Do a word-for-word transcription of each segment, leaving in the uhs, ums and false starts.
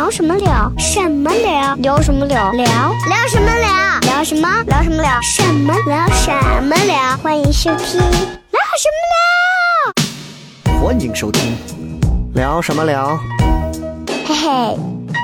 聊什么聊？什么聊？聊什么聊？聊聊什么聊？聊什么？聊什么聊？什么聊？什么聊？欢迎收听聊什么聊？ 欢迎收听聊什么聊？ 嘿嘿。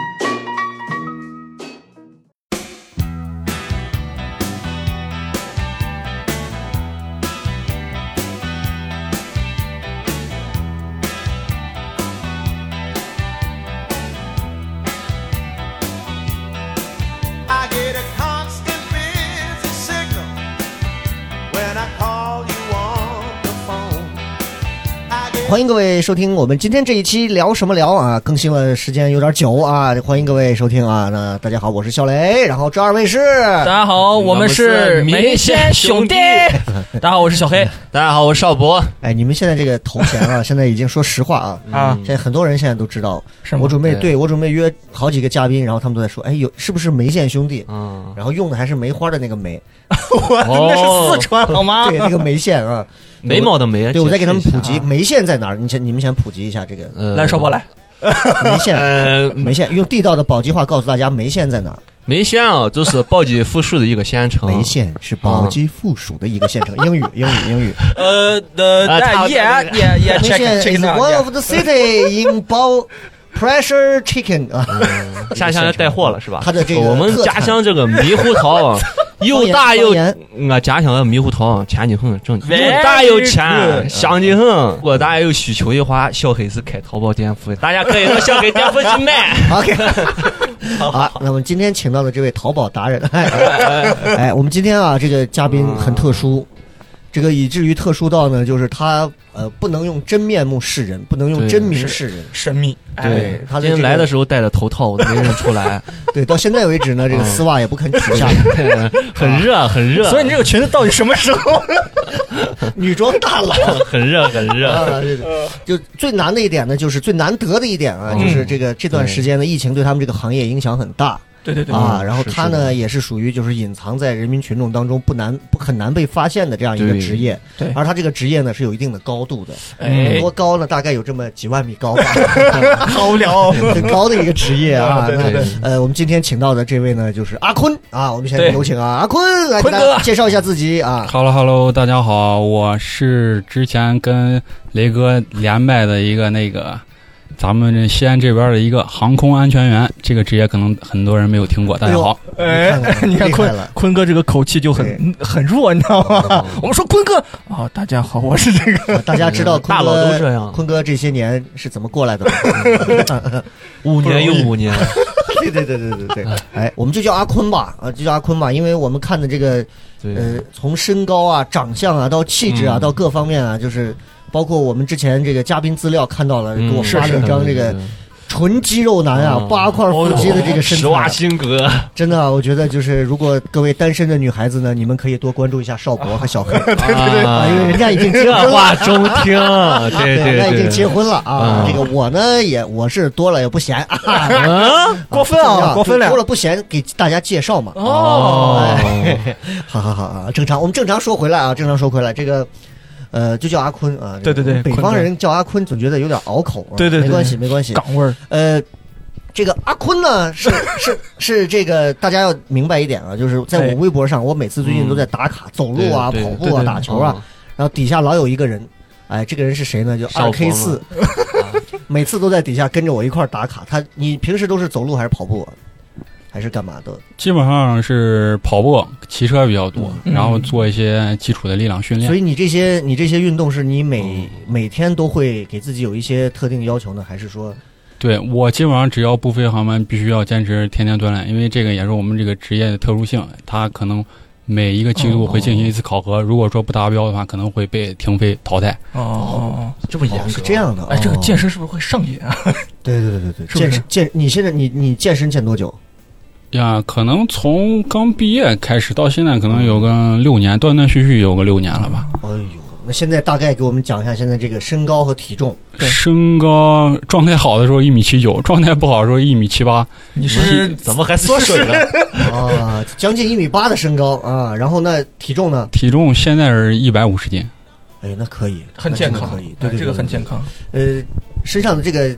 欢迎各位收听我们今天这一期聊什么聊啊，更新了时间有点久啊，欢迎各位收听啊。那大家好，我是小雷，然后这二位是大家好，我们是梅县兄弟。大家好，我是小黑。大家好，我是邵博。 哎，你们现在这个头衔啊，现在已经说实话啊，啊，现在很多人现在都知道。我准备对我准备约好几个嘉宾，然后他们都在说，哎，有是不是梅县兄弟？嗯，然后用的还是梅花的那个梅， 我那是四川好吗？ 对，那个梅县啊。 眉毛的眉， 对，我再给他们普及梅县在哪儿？你先，你们先普及一下这个。 呃、来，邵博来。 梅县，呃，梅县用地道的宝鸡话告诉大家，梅县在哪儿？ 梅县啊，就是宝鸡附属的一个县城。 梅县是宝鸡附属的一个县城。英语，英语，英语。 呃的，yeah yeah yeah。 梅县 is one of the city in 宝 pressure chicken 啊。 下乡要带货了是吧？ 他的这个我们家乡这个猕猴桃啊。又大又我家乡的猕猴桃钱的很，真又大又钱，香的很。如果大家有需求的话，小黑是开淘宝店铺的，大家可以到小黑店铺去买。 OK， 好，那么今天请到的这位淘宝达人，哎，我们今天啊，这个嘉宾很特殊。这个以至于特殊到呢，就是他呃不能用真面目示人，不能用真名示人， 神秘。 对，他今天来的时候戴着头套，我都没认出来。 对，到现在为止呢，这个丝袜也不肯取下来， 很热很热。 所以你这个裙子到底什么时候？ 女装大佬， 很热很热。 啊，就最难的一点呢，就是最难得的一点啊，就是这个这段时间的疫情对他们这个行业影响很大。 对对对啊，然后他呢也是属于就是隐藏在人民群众当中不难不很难被发现的这样一个职业， 对， 而他这个职业呢是有一定的高度的， 哎， 多高呢？大概有这么几万米高吧， 高不了， 很高的一个职业啊。 对对对， 呃，我们今天请到的这位呢就是阿坤啊，我们现在有请啊阿坤来给大家介绍一下自己啊。 Hello Hello， 大家好，我是之前跟雷哥连麦的一个那个。咱们这西安这边的一个航空安全员，这个职业可能很多人没有听过。大家好， 哎，你看坤坤哥这个口气就很很弱，你知道吗？我们说坤哥啊、哦，大家好，我是这个。 大家知道坤哥大佬都这样， 坤哥这些年是怎么过来的吗？ 五年又五年。 对对对对对对，哎，我们就叫阿坤吧，啊，就叫阿坤吧，因为我们看的这个，呃，从身高啊、长相啊到气质啊、嗯、到各方面啊，就是包括我们之前这个嘉宾资料看到了，给我发了一张这个纯肌肉男啊，嗯、八块腹肌的这个身材， 施瓦辛格， 真的，我觉得就是如果各位单身的女孩子呢，你们可以多关注一下邵博和小黑，对对对，啊、因为人家已经结婚了， 话中听，对对对， 人家已经结婚了啊。嗯、这个我呢也我是多了也不嫌，啊、 过分啊，过分了， 多了不嫌，给大家介绍嘛。哦，哎、好好好啊，正常，我们正常说回来啊，正常说回来，这个。呃，就叫阿坤啊， 对对对， 北方人叫阿坤总觉得有点拗口， 对对对， 没关系没关系， 港味儿。 呃，这个阿坤呢是是是这个大家要明白一点啊，就是在我微博上，我每次最近都在打卡，走路啊、跑步啊、打球啊，然后底下老有一个人，哎，这个人是谁呢？就二 K 四，每次都在底下跟着我一块打卡。他，你平时都是走路还是跑步啊？还是干嘛的？ 基本上是跑步、骑车比较多，嗯、然后做一些基础的力量训练。 所以你这些你这些运动是你每、嗯、每天都会给自己有一些特定要求呢，还是说？ 对，我基本上只要不飞航班，必须要坚持天天锻炼，因为这个也是我们这个职业的特殊性，它可能每一个季度会进行一次考核，哦、如果说不达标的话，可能会被停飞淘汰。 哦， 这么严格，是这样的。 哎，这个健身是不是会上瘾啊？ 对对对对对，健身健，你现在你你健身健多久？ 呀，可能从刚毕业开始到现在，可能有个六年，断断续续有个六年了吧。 哎呦，那现在大概给我们讲一下现在这个身高和体重。 身高状态好的时候一米七九，状态不好的时候一米七八。 你是怎么还缩水了？ 啊，将近一米八的身高啊，然后那体重呢？ 体重现在是一百五十斤。 哎，那可以， 很健康， 可以，对对， 这个很健康。 呃，身上的这个。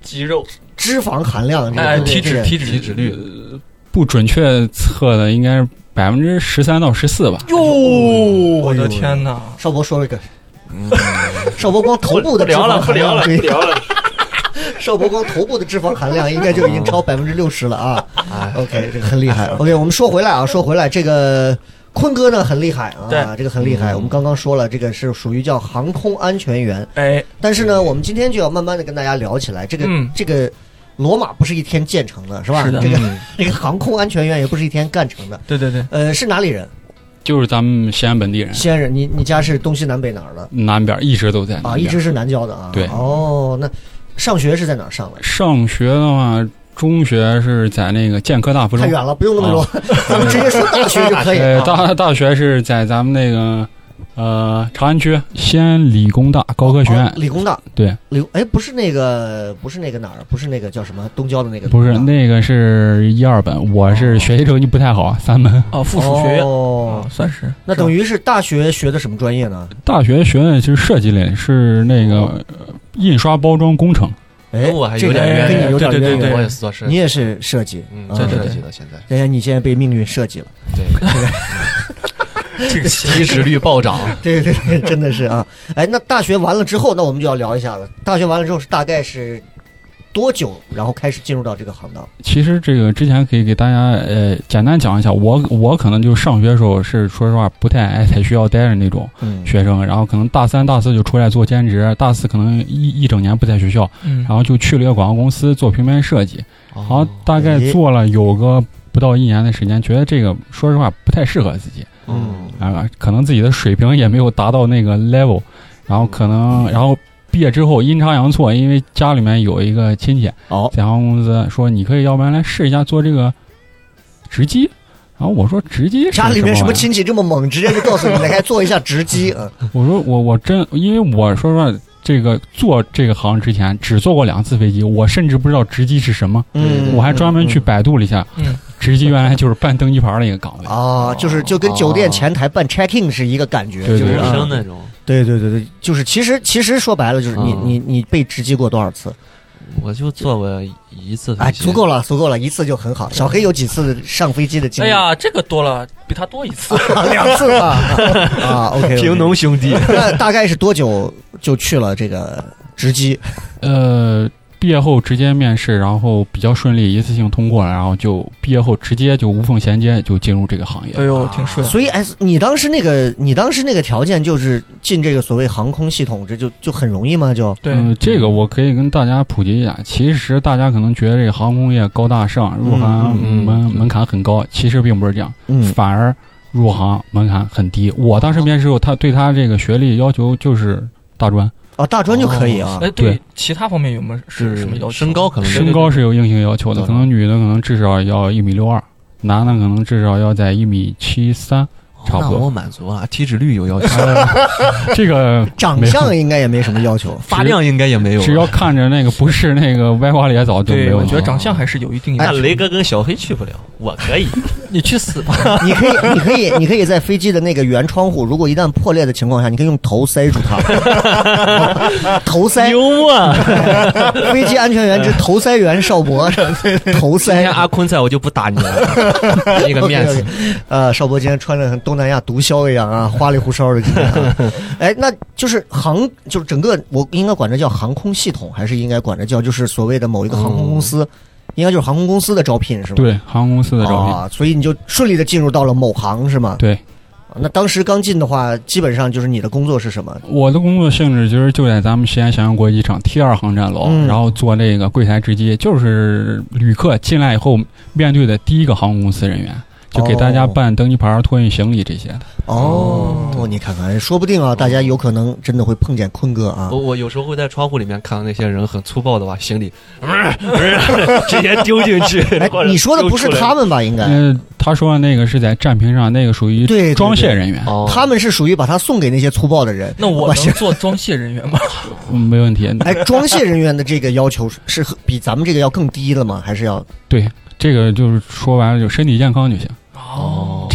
肌肉、 脂肪含量， 哎，体脂、体脂、 体脂率， 不准确测的应该是百分之十三到十四吧。 哟，我的天哪！ 邵博说了个，邵博光头部的脂肪含量， 不聊了。 邵博光头部的脂肪含量应该就已经超百分之六十了啊。OK， 这个很厉害。OK， 我们说回来啊，说回来，这个坤哥呢很厉害啊， 对， 这个很厉害。我们刚刚说了，这个是属于叫航空安全员。 哎， 但是呢，我们今天就要慢慢的跟大家聊起来，这个、嗯、这个罗马不是一天建成的，是吧？ 是的。 这个、嗯、这个航空安全员也不是一天干成的。 对对对。 呃，是哪里人？ 就是咱们西安本地人。 西安人，你你家是东西南北哪儿的？ 南边，一直都在南边啊，一直是南郊的啊。 对。 哦，那上学是在哪儿上的？ 上学的话，中学是在那个建科大附中。 太远了，不用那么多，啊、咱们直接说大学就可以。 呃，大大学是在咱们那个呃长安区西安理工大高科学院。 哦、理工大。 对。 理哎，不是那个，不是那个哪儿？不是那个叫什么东郊的那个？ 不是，那个是一二本，我是学习成绩不太好，三门。 哦，附属学院。 哦， 哦算是。 那等于是大学学的什么专业呢？ 大学学的是设计类，是那个。哦印刷包装工程， 哎， 我还有点渊源，跟你有点渊源。 我也是做设计， 你也是设计， 嗯，做设计的现在。 人家你现在被命运设计了， 对，这个体脂率暴涨， 对对对，真的是啊。哎，那大学完了之后，那我们就要聊一下了。大学完了之后是大概是多久，然后开始进入到这个行当？ 其实这个之前可以给大家呃简单讲一下，我我可能就上学的时候是说实话不太爱在学校待着那种学生，嗯、然后可能大三大四就出来做兼职，大四可能一一整年不在学校，嗯、然后就去了一个广告公司做平面设计，哦、然后大概做了有个不到一年的时间，觉得这个说实话不太适合自己，嗯啊，可能自己的水平也没有达到那个 level， 然后可能然后。毕业之后阴差阳错，因为家里面有一个亲戚哦， 在航空公司说你可以要不然来试一下做这个直机，然后我说直机家里面什么亲戚这么猛，直接就告诉你来开做一下直机啊！ 我说我我真因为我说实话，这个做这个行之前只做过两次飞机，我甚至不知道直机是什么，嗯，我还专门去百度了一下，嗯，直机原来就是办登机牌的一个岗位啊，就是就跟酒店前台办 check in 是一个感觉， 对对对， 生那种。 对对对对，就是其实其实说白了就是你、嗯、你你被直击过多少次？ 我就做过一次飞机， 哎，足够了，足够了，一次就很好。小黑有几次上飞机的经历？ 哎呀，这个多了，比他多一次， 两次啊啊 ！OK， 平农兄弟， 那大概是多久就去了这个直机？ 呃。毕业后直接面试，然后比较顺利，一次性通过了，然后就毕业后直接就无缝衔接就进入这个行业。 哎呦，挺顺。 所以，哎，你当时那个，你当时那个条件就是进这个所谓航空系统，这就就很容易吗？就对、呃，这个我可以跟大家普及一下。其实大家可能觉得这个航空业高大上，入行门、嗯、门槛很高，其实并不是这样，嗯，反而入行门槛很低。我当时面试时候，他对他这个学历要求就是大专。 哦，大专就可以啊。 哎、哦，对，其他方面有没有是什么要求？ 身高可能身高是有硬性要求的，可能女的可能至少要一米六二，男的可能至少要在一米七三。差不多， 那我满足啊，体脂率有要求， 这个长相应该也没什么要求， 发量应该也没有， 只要看着那个不是那个歪瓜裂枣就没有。 我觉得长相还是有一定。 那雷哥跟小黑去不了，我可以， 你去死吧！ 你可以，你可以，你可以在飞机的那个圆窗户，如果一旦破裂的情况下，你可以用头塞住它，头塞。 幽默， 飞机安全员之头塞员邵博，头塞。 今天阿坤在，我就不打你了，一个面子。 呃，邵博今天穿着很东南亚毒枭一样啊，花里胡哨的今天、啊。哎，那就是航，就是整个我应该管这叫航空系统，还是应该管这叫就是所谓的某一个航空公司？嗯、应该就是航空公司的招聘是吗？ 对，航空公司的招聘啊，所以你就顺利的进入到了某行是吗？ 对。 那当时刚进的话，基本上就是你的工作是什么？ 我的工作性质其实就在咱们西安翔阳国际机场 T 二航站楼，嗯、然后做那个柜台值机，就是旅客进来以后面对的第一个航空公司人员。就给大家办登机牌、托运行李这些的。 哦，哦你看看，说不定啊，大家有可能真的会碰见坤哥啊。 我我有时候会在窗户里面看到那些人很粗暴的把行李，不是不是直接丢进去。 哎，你说的不是他们吧？应该。 嗯，他说的那个是在站坪上，那个属于对装卸人员。 哦，他们是属于把他送给那些粗暴的人。 那我能做装卸人员吗？ 嗯，没问题。 哎，装卸人员的这个要求是比咱们这个要更低了吗？还是要？ 对，这个就是说白了，就身体健康就行。 哦，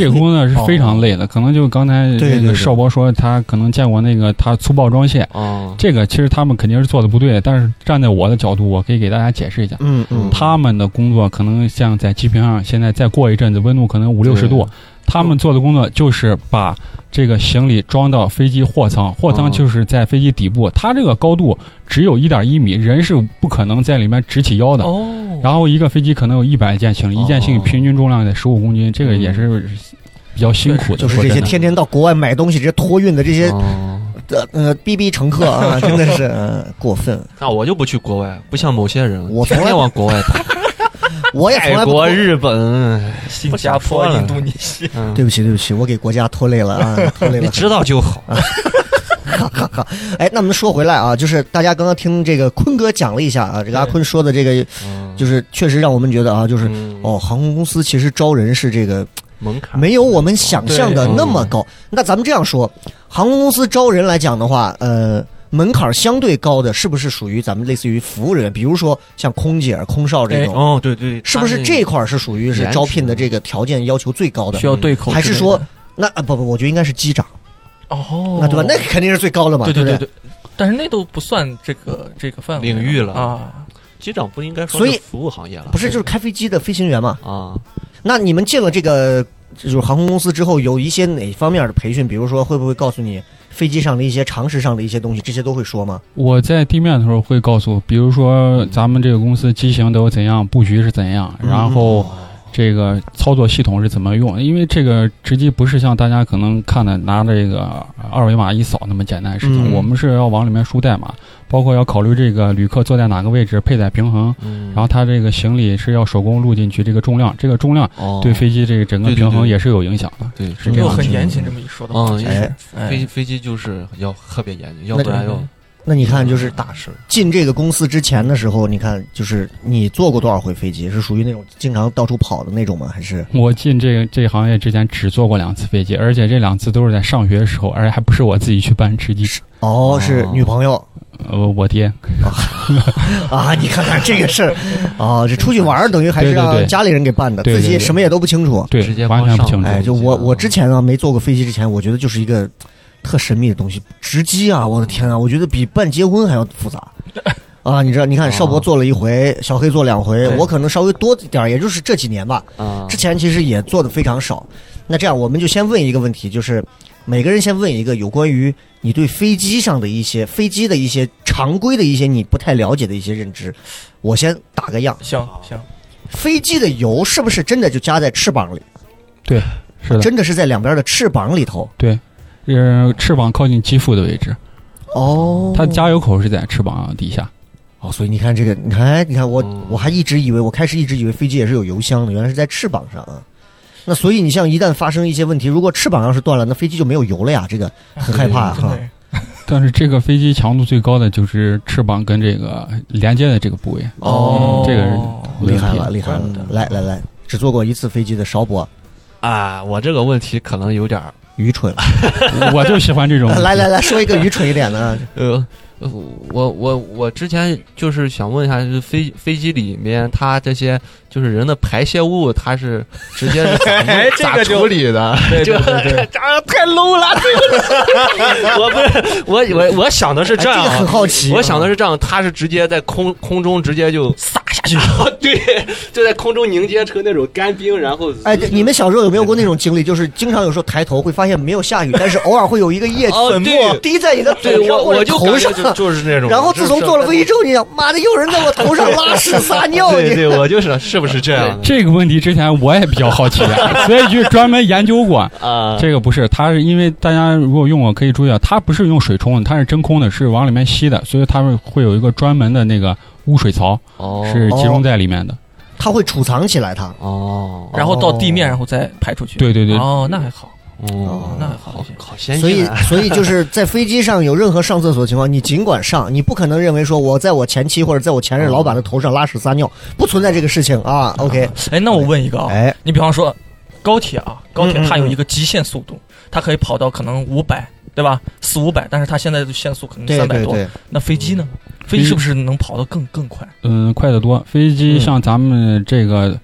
这个工作是非常累的，可能就刚才那个邵博说他可能见过那个他粗暴装卸， 哦， 这个其实他们肯定是做的不对，但是站在我的角度，我可以给大家解释一下， 嗯嗯， 他们的工作可能像在机坪上，现在再过一阵子温度可能五六十度。他们做的工作就是把这个行李装到飞机货舱，货舱就是在飞机底部，它这个高度只有一点一米，人是不可能在里面直起腰的。 哦， 然后一个飞机可能有一百件行李，一件行李平均重量在十五公斤，这个也是比较辛苦的。 就是这些天天到国外买东西、这些托运的这些呃呃逼逼乘客啊，真的是、呃、过分。 那我就不去国外，不像某些人， 我天天往国外跑。 我也从来不泰国、日本、 新加坡、印度尼西亚、 嗯。对不起，对不起，我给国家拖累了啊，拖累了。 你知道就好。 哈哈哈！哎，那我们说回来啊，就是大家刚刚听这个坤哥讲了一下啊，这个阿坤说的这个，就是确实让我们觉得啊，就是、嗯、哦，航空公司其实招人是这个门槛没有我们想象的那么高。那咱们这样说，航空公司招人来讲的话，呃。门槛相对高的，是不是属于咱们类似于服务人员？比如说像空姐、空少这种， 哦，对对， 是不是这块是属于是招聘的这个条件要求最高的？ 需要对口， 还是说那啊不不，我觉得应该是机长。 哦， 那对吧？那肯定是最高的嘛。 对对对对， 但是那都不算这个这个范围领域了啊。 机长不应该说是服务行业了， 不是就是开飞机的飞行员嘛？ 啊， 那你们进了这个就是航空公司之后，有一些哪方面的培训？比如说会不会告诉你？飞机上的一些常识上的一些东西，这些都会说吗？ 我在地面的时候会告诉，比如说咱们这个公司机型都怎样，布局是怎样，然后这个操作系统是怎么用。因为这个直机不是像大家可能看的拿着这个二维码一扫那么简单的事情，嗯、我们是要往里面输代码，包括要考虑这个旅客坐在哪个位置，配载平衡，嗯、然后他这个行李是要手工录进去这个重量，这个重量对飞机这个整个平衡也是有影响的。 哦、对, 对, 对, 对，是这样。很严谨这么一说的话， 嗯，哎，飞飞机就是要特别严谨，要不然要。 那你看，就是大事。 进这个公司之前的时候，你看，就是你坐过多少回飞机？是属于那种经常到处跑的那种吗？还是我进这个这个行业之前只坐过两次飞机，而且这两次都是在上学的时候，而且还不是我自己去办值机。 哦，是女朋友。 呃，我爹啊，你看看这个事儿啊，这出去玩等于还是让家里人给办的， 对对对自己什么也都不清楚， 对， 直接完全不清楚。 哎，就我我之前啊没坐过飞机之前，我觉得就是一个特神秘的东西，值机啊，我的天啊，我觉得比办结婚还要复杂啊！你知道，你看邵博做了一回，小黑做两回，我可能稍微多点，也就是这几年吧。啊，之前其实也做的非常少。那这样，我们就先问一个问题，就是每个人先问一个有关于你对飞机上的一些飞机的一些常规的一些你不太了解的一些认知。我先打个样。 行行。 飞机的油是不是真的就加在翅膀里？ 对，是的， 真的是在两边的翅膀里头。 对。呃，翅膀靠近机腹的位置， 哦， 它加油口是在翅膀底下， 哦，所以你看这个，你看，你看我，嗯、我还一直以为，我开始一直以为飞机也是有油箱的，原来是在翅膀上啊。那所以你像一旦发生一些问题，如果翅膀要是断了，那飞机就没有油了呀，这个很害怕哈。 但是这个飞机强度最高的就是翅膀跟这个连接的这个部位， 哦， 嗯、这个厉害了，厉害了。来来来，只坐过一次飞机的邵博啊，我这个问题可能有点愚蠢， 我就喜欢这种。 来来来说一个愚蠢一点的。 呃，我我我之前就是想问一下，就是飞飞机里面它这些就是人的排泄物，它是直接是咋、 哎、 咋处理的？ 对对对对， 太 low 了。我不是我我我想的是这样、啊， 哎、这个很好奇。 我想的是这样，它是直接在空空中直接就撒下去， 对，就在空中凝结成那种干冰，然后哎，你们小时候有没有过那种经历？就是经常有时候抬头会发现没有下雨，但是偶尔会有一个液体粉末滴在你的嘴上或者头上， 就就是那种。 然后自从坐了飞机之后，你想，妈的，有人在我头上拉屎撒尿。 对对，我就是，是不是这样？ 这个问题之前我也比较好奇，所以就专门研究过啊。这个不是，它是因为大家如果用过可以注意啊，它不是用水冲的，它是真空的，是往里面吸的，所以它会有一个专门的那个污水槽，哦、是集中在里面的。 它会储藏起来它， 哦， 然后到地面，然后再排出去。 对对对， 哦，那还好。 哦， 那好， 好先进。 所以，所以就是在飞机上有任何上厕所的情况，你尽管上，你不可能认为说我在我前妻或者在我前任老板的头上拉屎撒尿，不存在这个事情啊。OK， 哎，那我问一个啊， 哎， 你比方说高铁啊，高铁它有一个极限速度，它可以跑到可能五百，对吧？四五百，但是它现在的限速可能三百多。那飞机呢？飞机是不是能跑得更更快？ 嗯，快得多。飞机像咱们这个。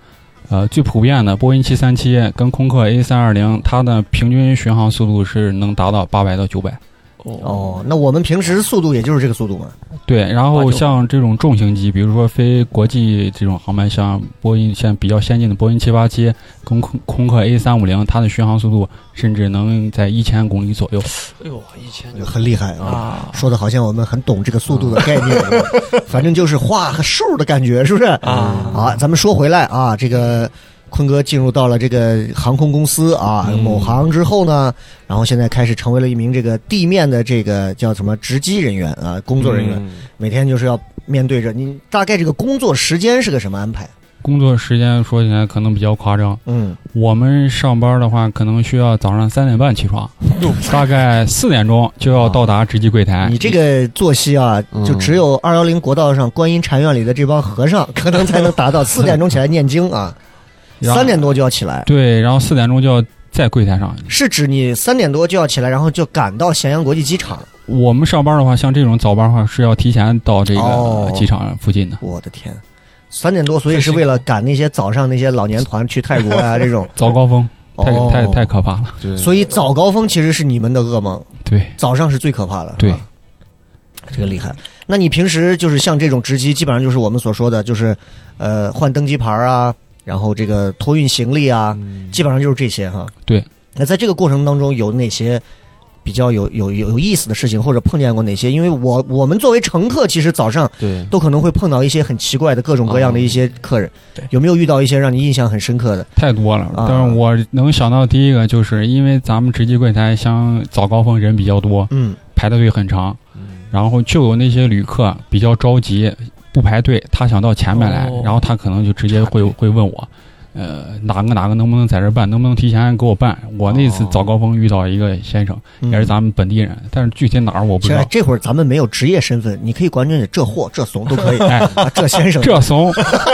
呃，最普遍的波音七三七跟空客 A 三二零，它的平均巡航速度是能达到八百到九百。 哦，那我们平时速度也就是这个速度嘛？ 对，然后像这种重型机，比如说飞国际这种航班，像波音现在比较先进的波音七八七跟空空客 A 三五零，它的巡航速度甚至能在一千公里左右。 哎呦，一千很厉害啊！说的好像我们很懂这个速度的概念，反正就是画和数的感觉，是不是？啊，好，咱们说回来啊，这个。坤哥进入到了这个航空公司啊，某航之后呢，然后现在开始成为了一名这个地面的这个叫什么值机人员啊，工作人员，嗯、每天就是要面对着你。大概这个工作时间是个什么安排？ 工作时间说起来可能比较夸张， 嗯， 我们上班的话可能需要早上三点半起床，大概四点钟就要到达值机柜台。 你这个作息啊，就只有二幺零国道上观音禅院里的这帮和尚可能才能达到四点钟起来念经啊。三点多就要起来， 对，然后四点钟就要在柜台上。 是指你三点多就要起来，然后就赶到咸阳国际机场。 我们上班的话，像这种早班的话，是要提前到这个机场附近的。 哦、我的天，三点多，所以是为了赶那些早上那些老年团去泰国啊这种早高峰，太、哦、太太可怕了。 对，所以早高峰其实是你们的噩梦。 对， 早上是最可怕的。 对， 这个厉害。那你平时就是像这种值机，基本上就是我们所说的，就是呃换登机牌啊。然后这个托运行李啊，嗯、基本上就是这些哈。 对， 那在这个过程当中有哪些比较有有有有意思的事情，或者碰见过哪些？因为我我们作为乘客，其实早上对都可能会碰到一些很奇怪的各种各样的一些客人。 对、哦， 有没有遇到一些让你印象很深刻的？ 太多了， 啊、 但是我能想到第一个，就是因为咱们值机柜台像早高峰人比较多， 嗯， 排的队很长，嗯、然后就有那些旅客比较着急，不排队，他想到前面来，哦、然后他可能就直接会会问我。呃，哪个哪个能不能在这办？能不能提前给我办？我那次早高峰遇到一个先生，哦、也是咱们本地人，嗯、但是具体哪儿我不知道。 这会儿咱们没有职业身份，你可以管你这货这怂都可以。哎，啊、这先生这怂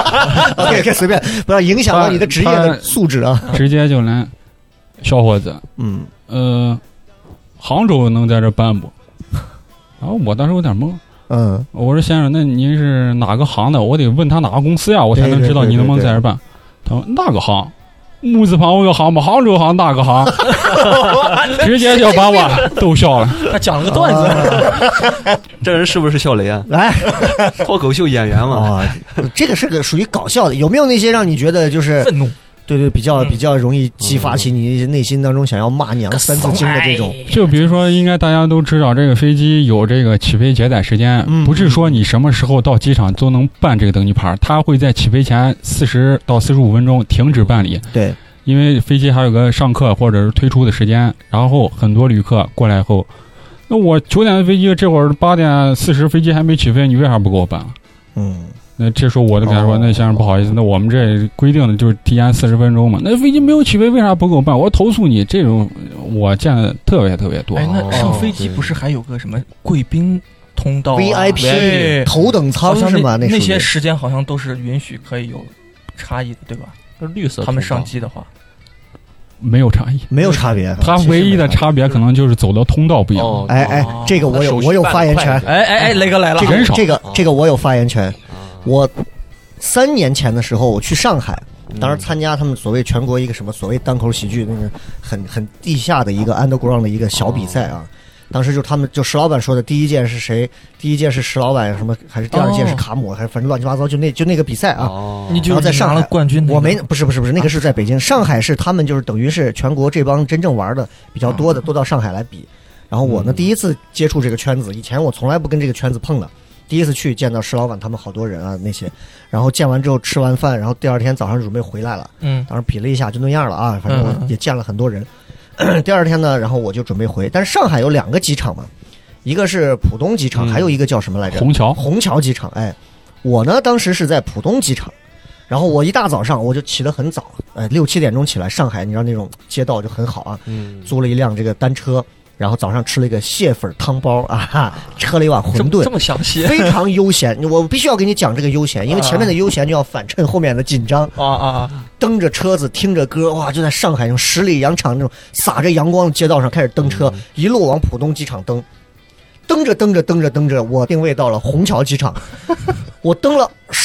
，OK， 可以随便，不要影响到你的职业的素质啊。 直接就来，小伙子， 嗯， 呃，杭州能在这办不？然后我当时有点懵。 嗯， 我说先生，那您是哪个行的？我得问他哪个公司呀，我才能知道你能不能在这办。他说那个行，木字旁有个行吧，杭州行那个行，直接就把我逗笑了。 他讲了个段子， 这人是不是小雷啊？ 来， 脱口秀演员嘛。 哦，这个是个属于搞笑的，有没有那些让你觉得就是愤怒？ 对对，比较比较容易激发起你内心当中想要骂娘三字经的这种。 就比如说，应该大家都知道，这个飞机有这个起飞接载时间， 嗯、 不是说你什么时候到机场都能办这个登机牌，它会在起飞前四十到四十五分钟停止办理。 对， 因为飞机还有个上客或者是推出的时间，然后很多旅客过来后，那我九点的飞机，这会儿八点四十飞机还没起飞，你为啥不给我办啊？ 嗯。 那这时候我就跟他说：“ 哦、 那先生不好意思，那我们这规定的就是提前四十分钟嘛。那飞机没有起飞，为啥不给我办？我投诉你。这种我见的特别特别多。 哎，那上飞机不是还有个什么贵宾通道、啊、 V I P 头等舱是吗？ 那那些时间好像都是允许可以有差异的，对吧？ 绿色他们上机的话。” 没有差异， 没有差别。 它唯一的差别可能就是走的通道不一样。 哦、哎哎，这个我有我有发言权。 哎哎哎，雷哥来了， 这个人少这个这个我有发言权。我三年前的时候，我去上海，当时参加他们所谓全国一个什么所谓单口喜剧那个很很地下的一个 underground 的一个小比赛啊。当时就他们就石老板说的第一届是谁？第一届是石老板什么？还是第二届是卡姆？还是反正乱七八糟？就那就那个比赛啊。 哦、你就在上海冠军、那个？ 我没不是不是不是那个是在北京，上海是他们就是等于是全国这帮真正玩的比较多的都到上海来比。然后我呢第一次接触这个圈子，以前我从来不跟这个圈子碰的。第一次去见到石老板他们好多人啊那些，然后见完之后吃完饭，然后第二天早上准备回来了， 嗯， 当时比了一下就那样了啊，反正我也见了很多人。嗯、第二天呢，然后我就准备回，但是上海有两个机场嘛，一个是浦东机场，嗯、还有一个叫什么来着？ 虹桥。 虹桥机场。哎，我呢当时是在浦东机场，然后我一大早上我就起得很早，哎，六七点钟起来，上海你知道那种街道就很好啊，嗯，租了一辆这个单车。然后早上吃了一个蟹粉汤包啊哈，喝了一碗馄饨， 这么详细， 非常悠闲。我必须要给你讲这个悠闲，因为前面的悠闲就要反衬后面的紧张啊啊！ 蹬着车子，听着歌，哇，就在上海那种十里洋场那种洒着阳光的街道上开始蹬车，嗯、一路往浦东机场蹬，蹬着蹬着蹬着蹬着，我定位到了虹桥机场，我蹬了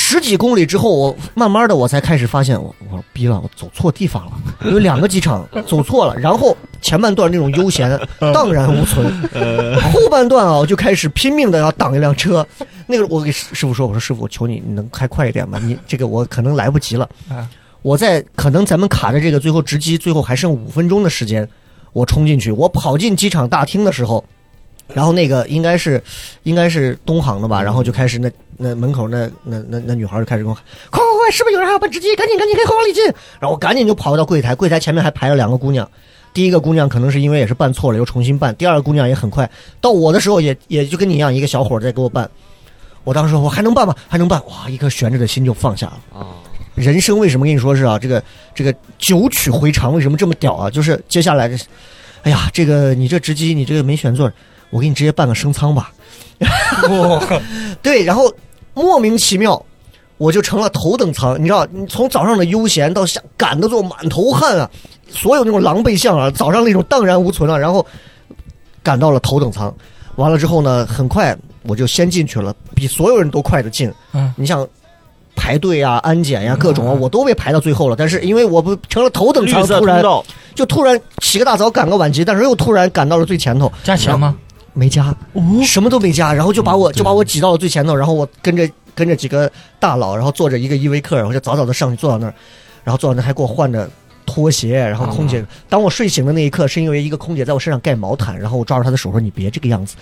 十几公里之后，我慢慢的我才开始发现，我我说逼了，我走错地方了，有两个机场走错了。然后前半段那种悠闲荡然无存，后半段啊，我就开始拼命的要挡一辆车。那个我给师傅说，我说师傅，我求你，你能开快一点吗？你这个我可能来不及了。我在可能咱们卡着这个最后值机，最后还剩五分钟的时间，我冲进去，我跑进机场大厅的时候，然后那个应该是应该是东航的吧，然后就开始那那门口那那那那女孩就开始跟我喊，快快快，是不是有人还要办值机？赶紧赶紧给往里进！然后我赶紧就跑到柜台，柜台前面还排了两个姑娘。第一个姑娘可能是因为也是办错了，又重新办；第二个姑娘也很快到我的时候也也就跟你一样，一个小伙在给我办。我当时说我还能办吗？还能办！哇，一颗悬着的心就放下了啊。人生为什么跟你说是啊？这个这个九曲回肠为什么这么屌啊？就是接下来，哎呀，这个你这值机你这个没选座，我给你直接办个升舱吧。对，然后莫名其妙我就成了头等舱。你知道，你从早上的悠闲到下赶得做满头汗啊，所有那种狼狈相啊，早上那种荡然无存啊，然后赶到了头等舱。完了之后呢，很快我就先进去了，比所有人都快的进。嗯，你想。排队啊，安检呀、啊，各种啊，我都被排到最后了。但是因为我不成了头等舱，突然就突然起个大早赶个晚集，但是又突然赶到了最前头。 加钱吗？ 没加，哦、什么都没加。然后就把我、嗯、就把我挤到了最前头，然后我跟着跟着几个大佬，然后坐着一个依维柯，然后就早早的上去坐到那儿，然后坐到那儿还给我换着拖鞋，然后空姐、嗯、当我睡醒的那一刻，是因为一个空姐在我身上盖毛毯，然后我抓住她的手说：“你别这个样子。”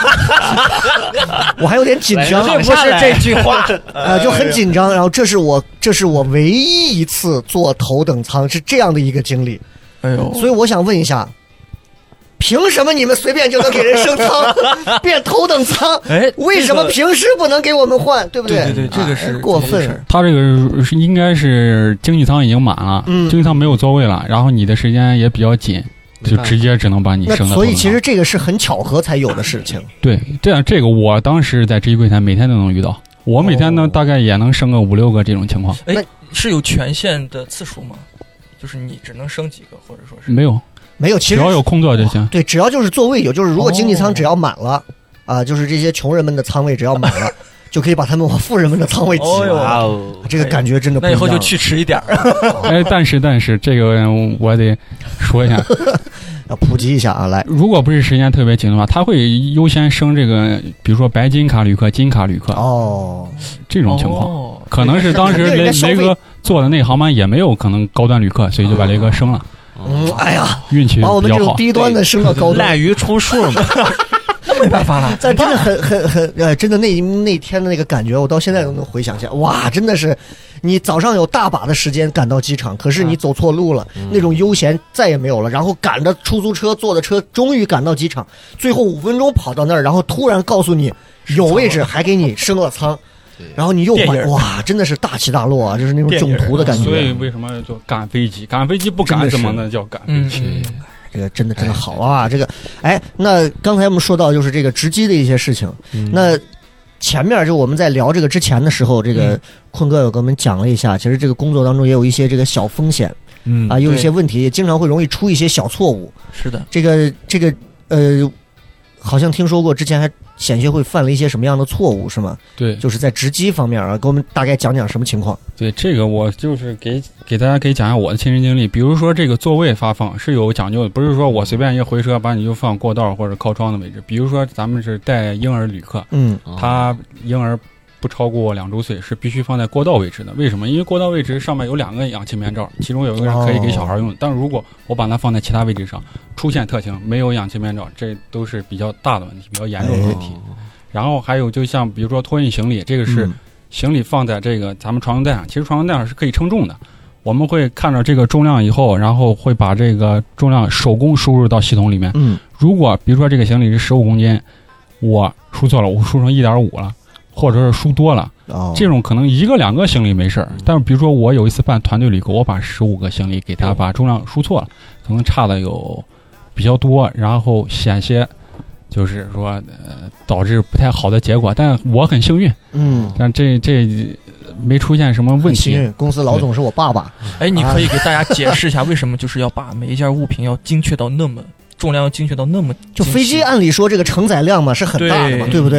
我还有点紧张， 这不是这句话， 呃，就很紧张。然后这是我这是我唯一一次坐头等舱是这样的一个经历。哎呦，所以我想问一下，凭什么你们随便就能给人升舱变头等舱？哎，为什么平时不能给我们换？对不对？ 对对对，这个是、 哎、过分。 他这个是应该是经济舱已经满了，嗯，经济舱没有座位了，然后你的时间也比较紧。就直接只能把你升到。 所以其实这个是很巧合才有的事情。 对，这样这个我当时在值机柜台每天都能遇到，我每天呢、哦、大概也能升个五六个这种情况。 哎，是有权限的次数吗？就是你只能升几个，或者说是没有没有，其实只要有空座就行。 对，只要就是座位有，就是如果经济舱只要满了、哦、啊，就是这些穷人们的舱位只要满了。就可以把他们往富人们的舱位挤、哦、这个感觉真的不一样。 那以后就去迟一点。 哎，但是但是这个我得说一下， 要普及一下啊。来， 如果不是时间特别紧的话，他会优先升这个，比如说白金卡旅客、金卡旅客哦， 这种情况、哦、可能是当时雷雷哥坐的那个航班也没有可能高端旅客，所以就把雷哥升了。 嗯，哎呀， 运气比较好， 把我们这种低端的升到高端， 滥竽充数嘛。 没办法了， 但真的很很很呃，真的那那天的那个感觉，我到现在都能回想起来。哇，真的是，你早上有大把的时间赶到机场，可是你走错路了，嗯、那种悠闲再也没有了。然后赶着出租车坐的车，终于赶到机场，最后五分钟跑到那儿，然后突然告诉你有位置，还给你升了舱。然后你又买，哇，真的是大起大落啊，就是那种囧途的感觉。 所以为什么叫赶飞机？赶飞机不赶怎么能叫赶飞机？ 嗯这个真的真的好啊！这个，哎，那刚才我们说到就是这个值机的一些事情。嗯、那前面就我们在聊这个之前的时候，这个坤哥有跟我们讲了一下，其实这个工作当中也有一些这个小风险，嗯啊，有一些问题，也经常会容易出一些小错误。 是的， 这个这个呃，好像听说过之前还险些会犯了一些什么样的错误，是吗？ 对， 就是在值机方面啊，给我们大概讲讲什么情况。 对，这个我就是给给大家可以讲一下我的亲身经历。比如说这个座位发放是有讲究的，不是说我随便一个回车把你就放过道或者靠窗的位置。比如说咱们是带婴儿旅客，嗯，他婴儿不超过两周岁是必须放在过道位置的。为什么？因为过道位置上面有两个氧气面罩，其中有一个是可以给小孩用的，但是如果我把它放在其他位置上，出现特情没有氧气面罩，这都是比较大的问题，比较严重的问题。哎，然后还有就像比如说托运行李，这个是行李放在这个咱们传送带上，其实传送带上是可以称重的。我们会看着这个重量以后，然后会把这个重量手工输入到系统里面。嗯，如果比如说这个行李是十五公斤，我输错了，我输成一点五了，或者是输多了，哦，这种可能一个两个行李没事儿，但是比如说我有一次办团队旅客，我把十五个行李给他把重量输错了，可能差的有比较多，然后险些就是说呃导致不太好的结果，但我很幸运，嗯，但这这没出现什么问题。 幸运，公司老总是我爸爸。 哎，你可以给大家解释一下为什么就是要把每一件物品要精确到那么重量要精确到那么， 就飞机按理说这个承载量嘛是很大的嘛， 对, 对不对？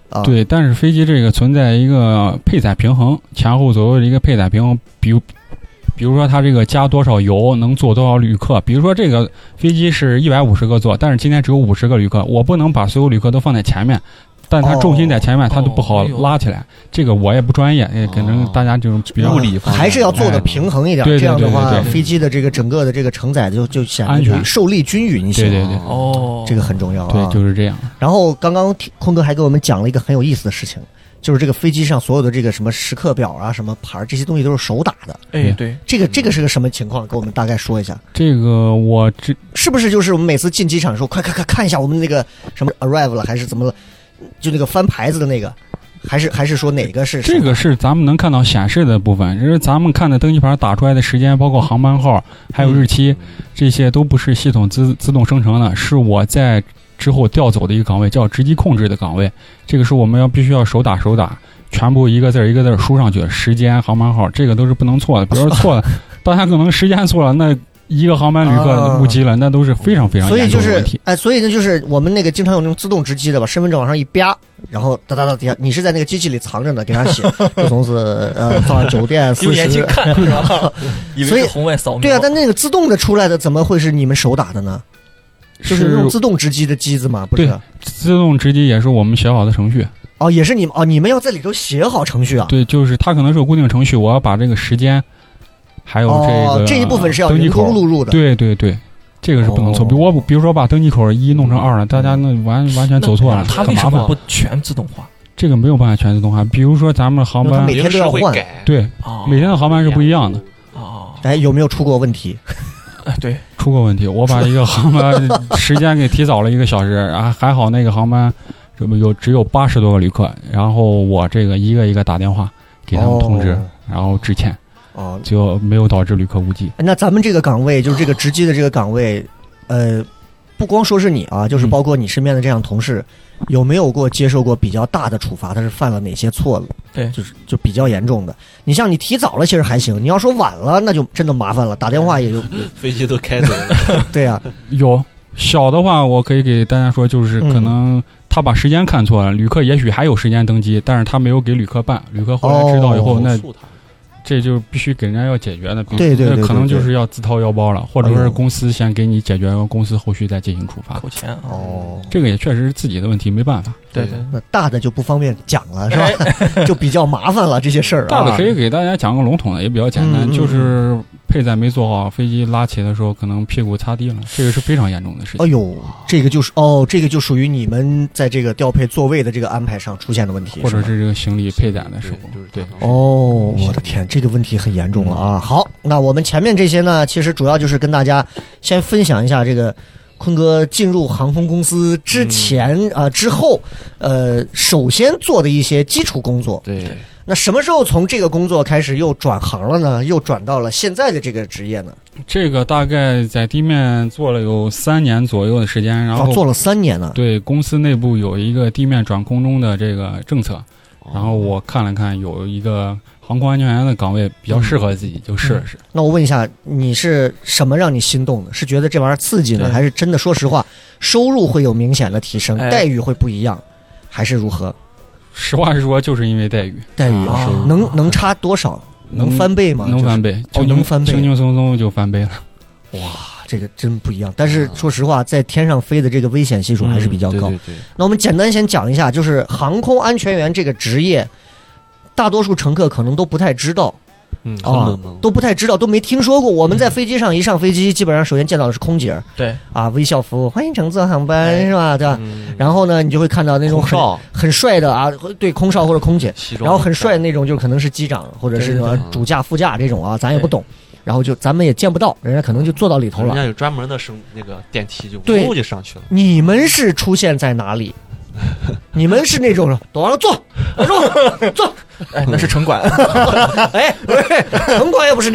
啊。 对，但是飞机这个存在一个配载平衡，前后左右的一个配载平衡，比如比如说它这个加多少油能坐多少旅客，比如说这个飞机是一百五十个座，但是今天只有五十个旅客，我不能把所有旅客都放在前面。但它重心在前面，它都不好拉起来。哦、这个我也不专业，也可能大家这种比较物理方面还是要做的平衡一点。 哎、 这样的话， 对对对对飞机的这个整个的这个承载就就显得安全、 受力均匀一些。 对对对， 哦， 这个很重要、啊。 对，就是这样。 然后刚刚坤哥还给我们讲了一个很有意思的事情，就是这个飞机上所有的这个什么时刻表啊、什么牌这些东西都是手打的。 哎，对， 这个这个是个什么情况？给我们大概说一下。 这个我这是不是就是我们每次进机场的时候，快快快看一下我们那个什么 arrive 了，还是怎么了？就那个翻牌子的那个，还是还是说哪个是？ 这个是咱们能看到显示的部分，就是咱们看的登机牌打出来的时间，包括航班号还有日期，嗯、这些都不是系统自自动生成的，是我在之后调走的一个岗位，叫值机控制的岗位。这个是我们要必须要手打手打，全部一个字一个字输上去，时间、航班号，这个都是不能错的。比如说错了，大家可能时间错了，那。一个航班旅客误机了、啊，那都是非常非常严重的问题。 所以就是，哎，所以呢，就是我们那个经常有那种自动值机的吧，身份证往上一啪，然后哒哒哒底下，你是在那个机器里藏着呢，给他写，就从此呃放酒店四十。 用眼睛看是吧？ 所以红外扫描。 对啊，但那个自动的出来的怎么会是你们手打的呢？就是那种自动值机的机子嘛，不是？ 对，自动值机也是我们写好的程序。 哦，也是你们哦，你们要在里头写好程序啊？ 对，就是它可能是有固定程序，我要把这个时间。还有这个、 哦、这一部分是要人工录入的， 对对对，这个是不能错。比如我比如说把登机口一弄成二了，大家那完完全走错了， 它为什么不全自动化？ 这个没有办法全自动化。比如说咱们航班每天都要换， 对、哦，每天的航班是不一样的。 哦，哎，有没有出过问题？ 对， 出过问题。我把一个航班时间给提早了一个小时，啊，还好那个航班这么有只有八十多个旅客，然后我这个一个一个打电话给他们通知，哦、然后致歉。哦，就没有导致旅客误机。 那咱们这个岗位，就是这个值机的这个岗位，呃，不光说是你啊，就是包括你身边的这样同事，嗯、有没有过接受过比较大的处罚？他是犯了哪些错了？ 对， 就是就比较严重的。你像你提早了，其实还行；你要说晚了，那就真的麻烦了，打电话也就飞机都开走了。 对呀、啊， 有小的话，我可以给大家说，就是可能他把时间看错了，旅客也许还有时间登机，但是他没有给旅客办，旅客后来知道以后，哦、那。这就必须给人家要解决的， 对对 对, 对， 可能就是要自掏腰包了，或者说是公司先给你解决，公司后续再进行处罚， 扣钱。 哦， 这个也确实是自己的问题，没办法。 对对， 那大的就不方便讲了，是吧？就比较麻烦了这些事儿、啊。 大的可以给大家讲个笼统的，也比较简单， 嗯、 就是配载没做好，飞机拉起的时候可能屁股擦地了，这个是非常严重的事情。 哎呦，这个就是哦，这个就属于你们在这个调配座位的这个安排上出现的问题， 或者是这个行李配载的时候，对。 哦，我的天，这个问题很严重了啊！好，那我们前面这些呢，其实主要就是跟大家先分享一下这个坤哥进入航空公司之前啊、嗯呃、之后，呃，首先做的一些基础工作。 对。 那什么时候从这个工作开始又转行了呢？又转到了现在的这个职业呢？ 这个大概在地面做了有三年左右的时间，然后、 哦、做了三年呢。 对，公司内部有一个地面转空中的这个政策，然后我看了看，有一个航空安全员的岗位比较适合自己，就试了试、嗯。 那我问一下，你是什么让你心动的？是觉得这玩意儿刺激呢，还是真的？说实话，收入会有明显的提升，待遇会不一样，还是如何？ 实话实说，就是因为待遇， 待遇啊，能能差多少？能翻倍吗？ 能翻倍， 哦，能翻倍， 轻轻松松就翻倍了。 哇，这个真不一样。但是说实话，在天上飞的这个危险系数还是比较高。 嗯、对对对。 那我们简单先讲一下，就是航空安全员这个职业，大多数乘客可能都不太知道。 嗯啊，都不太知道，都没听说过。我们在飞机上一上飞机，基本上首先见到的是空姐， 对啊，微笑服务，欢迎乘坐航班，是吧？对吧？嗯、然后呢，你就会看到那种很很帅的啊，对，空少或者空姐，然后很帅的那种，就可能是机长或者是主驾、副驾这种啊，咱也不懂。然后就咱们也见不到，人家可能就坐到里头了。 人家有专门的升那个电梯就对就上去了。 你们是出现在哪里？你们是那种躲完了坐，坐坐， 哎，那是城管。 哎，不是城管也不是那样，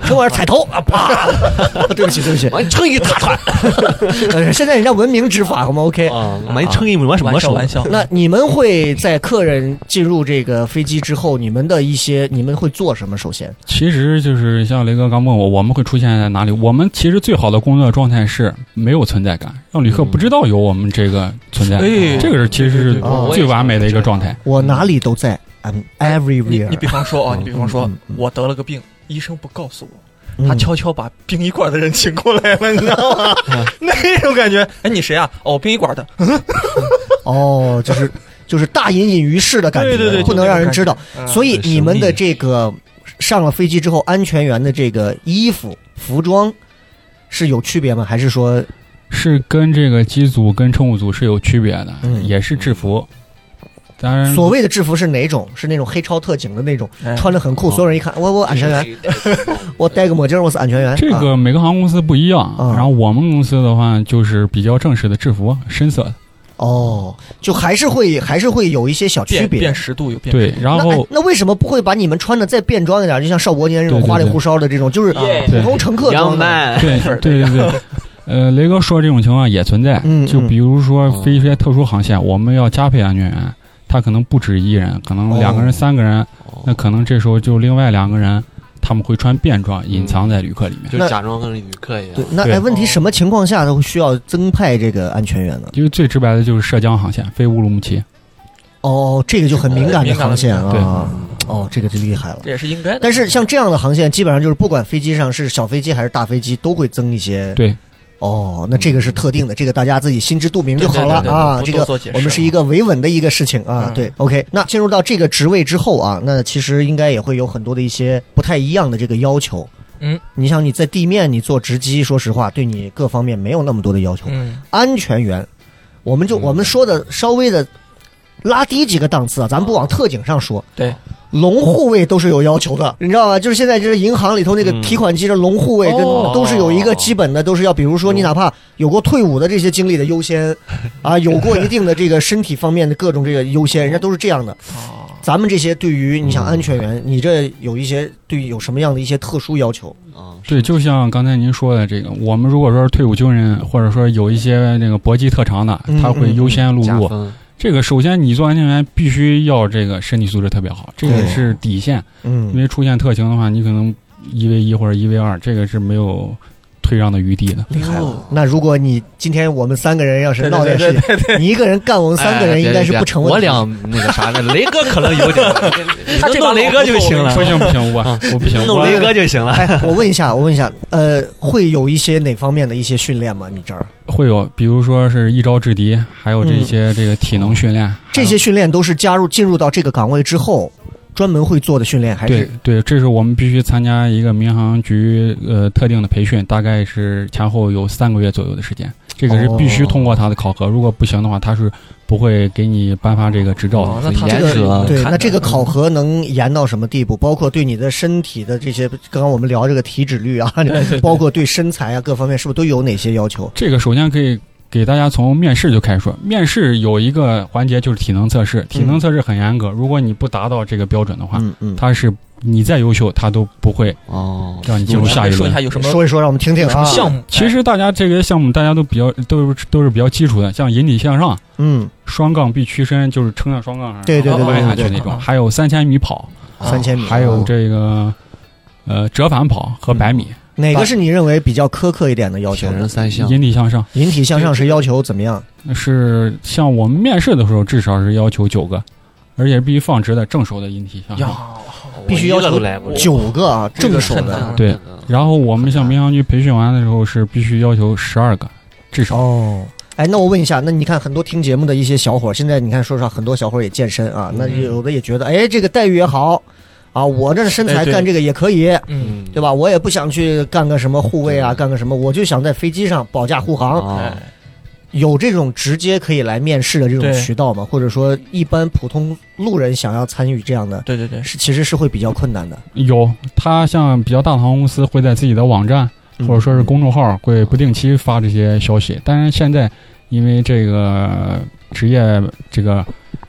跟我这踩头啊，啪！对不起，对不起， 我乘以大船。 呃，现在人家文明执法，好吗 ？OK 啊，我们乘以我什么手？ 玩笑。 那你们会在客人进入这个飞机之后，你们的一些你们会做什么？首先， 其实就是像雷哥刚问我，我们会出现在哪里？我们其实最好的工作状态是没有存在感，让旅客不知道有我们这个存在。 嗯、 这个是其实是最完美的一个状态。 我哪里都在 ，I'm everywhere 你。你比方说啊，你比方说， 嗯嗯、 我得了个病，医生不告诉我，他悄悄把殡仪馆的人请过来了，你知道吗？那种感觉。哎，你谁啊？哦，殡仪馆的。 哦，就是就是大隐隐于市的感觉， 对对对， 不能让人知道。 嗯、 所以你们的这个上了飞机之后，安全员的这个衣服服装是有区别吗？还是说是跟这个机组跟乘务组是有区别的？嗯，也是制服。当然， 所谓的制服是哪种？是那种黑超特警的那种，哎、穿着很酷，所有人一看，我我安全员，我戴个墨镜，我是安全员。 这个每个航空公司不一样，啊、然后我们公司的话就是比较正式的制服，深色的。 哦，就还是会还是会有一些小区别， 辨识度有辨识度。 对，然后那, 那为什么不会把你们穿的再变装一点？就像邵伯年这种花里胡哨的这种，就是普通乘客装的。 对对对对。呃，雷哥说这种情况也存在， 嗯、 就比如说飞一些特殊航线，我们要加配安全员，他可能不止一人，可能两个人、哦、三个人，哦、那可能这时候就另外两个人。他们会穿便装，隐藏在旅客里面， 就假装跟旅客一样。 对，那哎，问题什么情况下都需要增派这个安全员呢？ 因为最直白的就是涉江航线，飞乌鲁木齐。 哦，这个就很敏感的航线啊。 对， 哦，这个就厉害了。 这也是应该的。 但是像这样的航线，基本上就是不管飞机上是小飞机还是大飞机，都会增一些。 对。 哦，那这个是特定的，这个大家自己心知肚明就好了。 对对对对啊。这个我们是一个维稳的一个事情啊。嗯、对 ，OK。那进入到这个职位之后啊，那其实应该也会有很多的一些不太一样的这个要求。 嗯， 你想你在地面你做直机，说实话，对你各方面没有那么多的要求。 嗯， 安全员，我们就、嗯、我们说的稍微的拉低几个档次啊，咱们不往特警上说。 对。 龙护卫都是有要求的，你知道吗？就是现在就是银行里头那个提款机的龙护卫， 嗯、 都是有一个基本的，都是要，比如说你哪怕有过退伍的这些经历的优先，啊，有过一定的这个身体方面的各种这个优先，人家都是这样的。咱们这些对于你想安全员，你这有一些对于有什么样的一些特殊要求啊？对，就像刚才您说的这个，我们如果说是退伍军人，或者说有一些那个搏击特长的，他会优先录入。嗯嗯这个首先，你做安全员必须要这个身体素质特别好，这个是底线。嗯，因为出现特情的话，你可能一 v 一或者一 v 二，这个是没有退让的余地的。 厉害了！那如果你今天我们三个人要是闹点事情，你一个人干我们三个人应该是不成问题。 我俩那个啥的，雷哥可能有点，他弄雷哥就行了。 不行不行，我我不行， 弄雷哥就行了。 哎，我问一下，我问一下，呃，会有一些哪方面的一些训练吗？你这儿？ 会有，比如说是一招制敌，还有这些这个体能训练，嗯、 这些训练都是加入进入到这个岗位之后专门会做的训练，还是？ 对对，这是我们必须参加一个民航局呃特定的培训，大概是前后有三个月左右的时间，这个是必须通过他的考核，哦、如果不行的话，他是不会给你颁发这个执照的。 哦、那他这个对，那这个考核能严到什么地步？包括对你的身体的这些，刚刚我们聊这个体脂率啊， 对对对， 包括对身材啊各方面，是不是都有哪些要求？ 这个首先可以给大家从面试就开始说，面试有一个环节就是体能测试，体能测试很严格，如果你不达到这个标准的话， 嗯嗯， 他是你再优秀，他都不会哦让你进入下一轮。 说一下有什么？ 说一说，让我们听听啊。 项目其实大家这个项目大家都比较都是都是比较基础的，像引体向上， 嗯， 双杠臂屈伸，就是撑在双杠上， 对对对弯下去那种，还有三千米跑， 三千米， 还有这个呃折返跑和百米。 哪个是你认为比较苛刻一点的要求？ 人三项， 引体向上。 引体向上是要求怎么样？ 是像我们面试的时候，至少是要求九个，而且必须放直的正手的引体向上， 必须要求九个啊，正手的。 对，然后我们像民航局培训完的时候是必须要求十二个，至少。 哦，哎，那我问一下，那你看很多听节目的一些小伙，现在你看说实话，很多小伙也健身啊，那有的也觉得，哎，这个待遇也好。啊，我这身材干这个也可以， 嗯， 对吧？我也不想去干个什么护卫啊，干个什么，我就想在飞机上保驾护航。 啊、 有这种直接可以来面试的这种渠道吗？或者说，一般普通路人想要参与这样的， 对对对， 是其实是会比较困难的。 有，他像比较大的航空公司会在自己的网站、嗯、或者说是公众号会不定期发这些消息，但是现在因为这个职业这个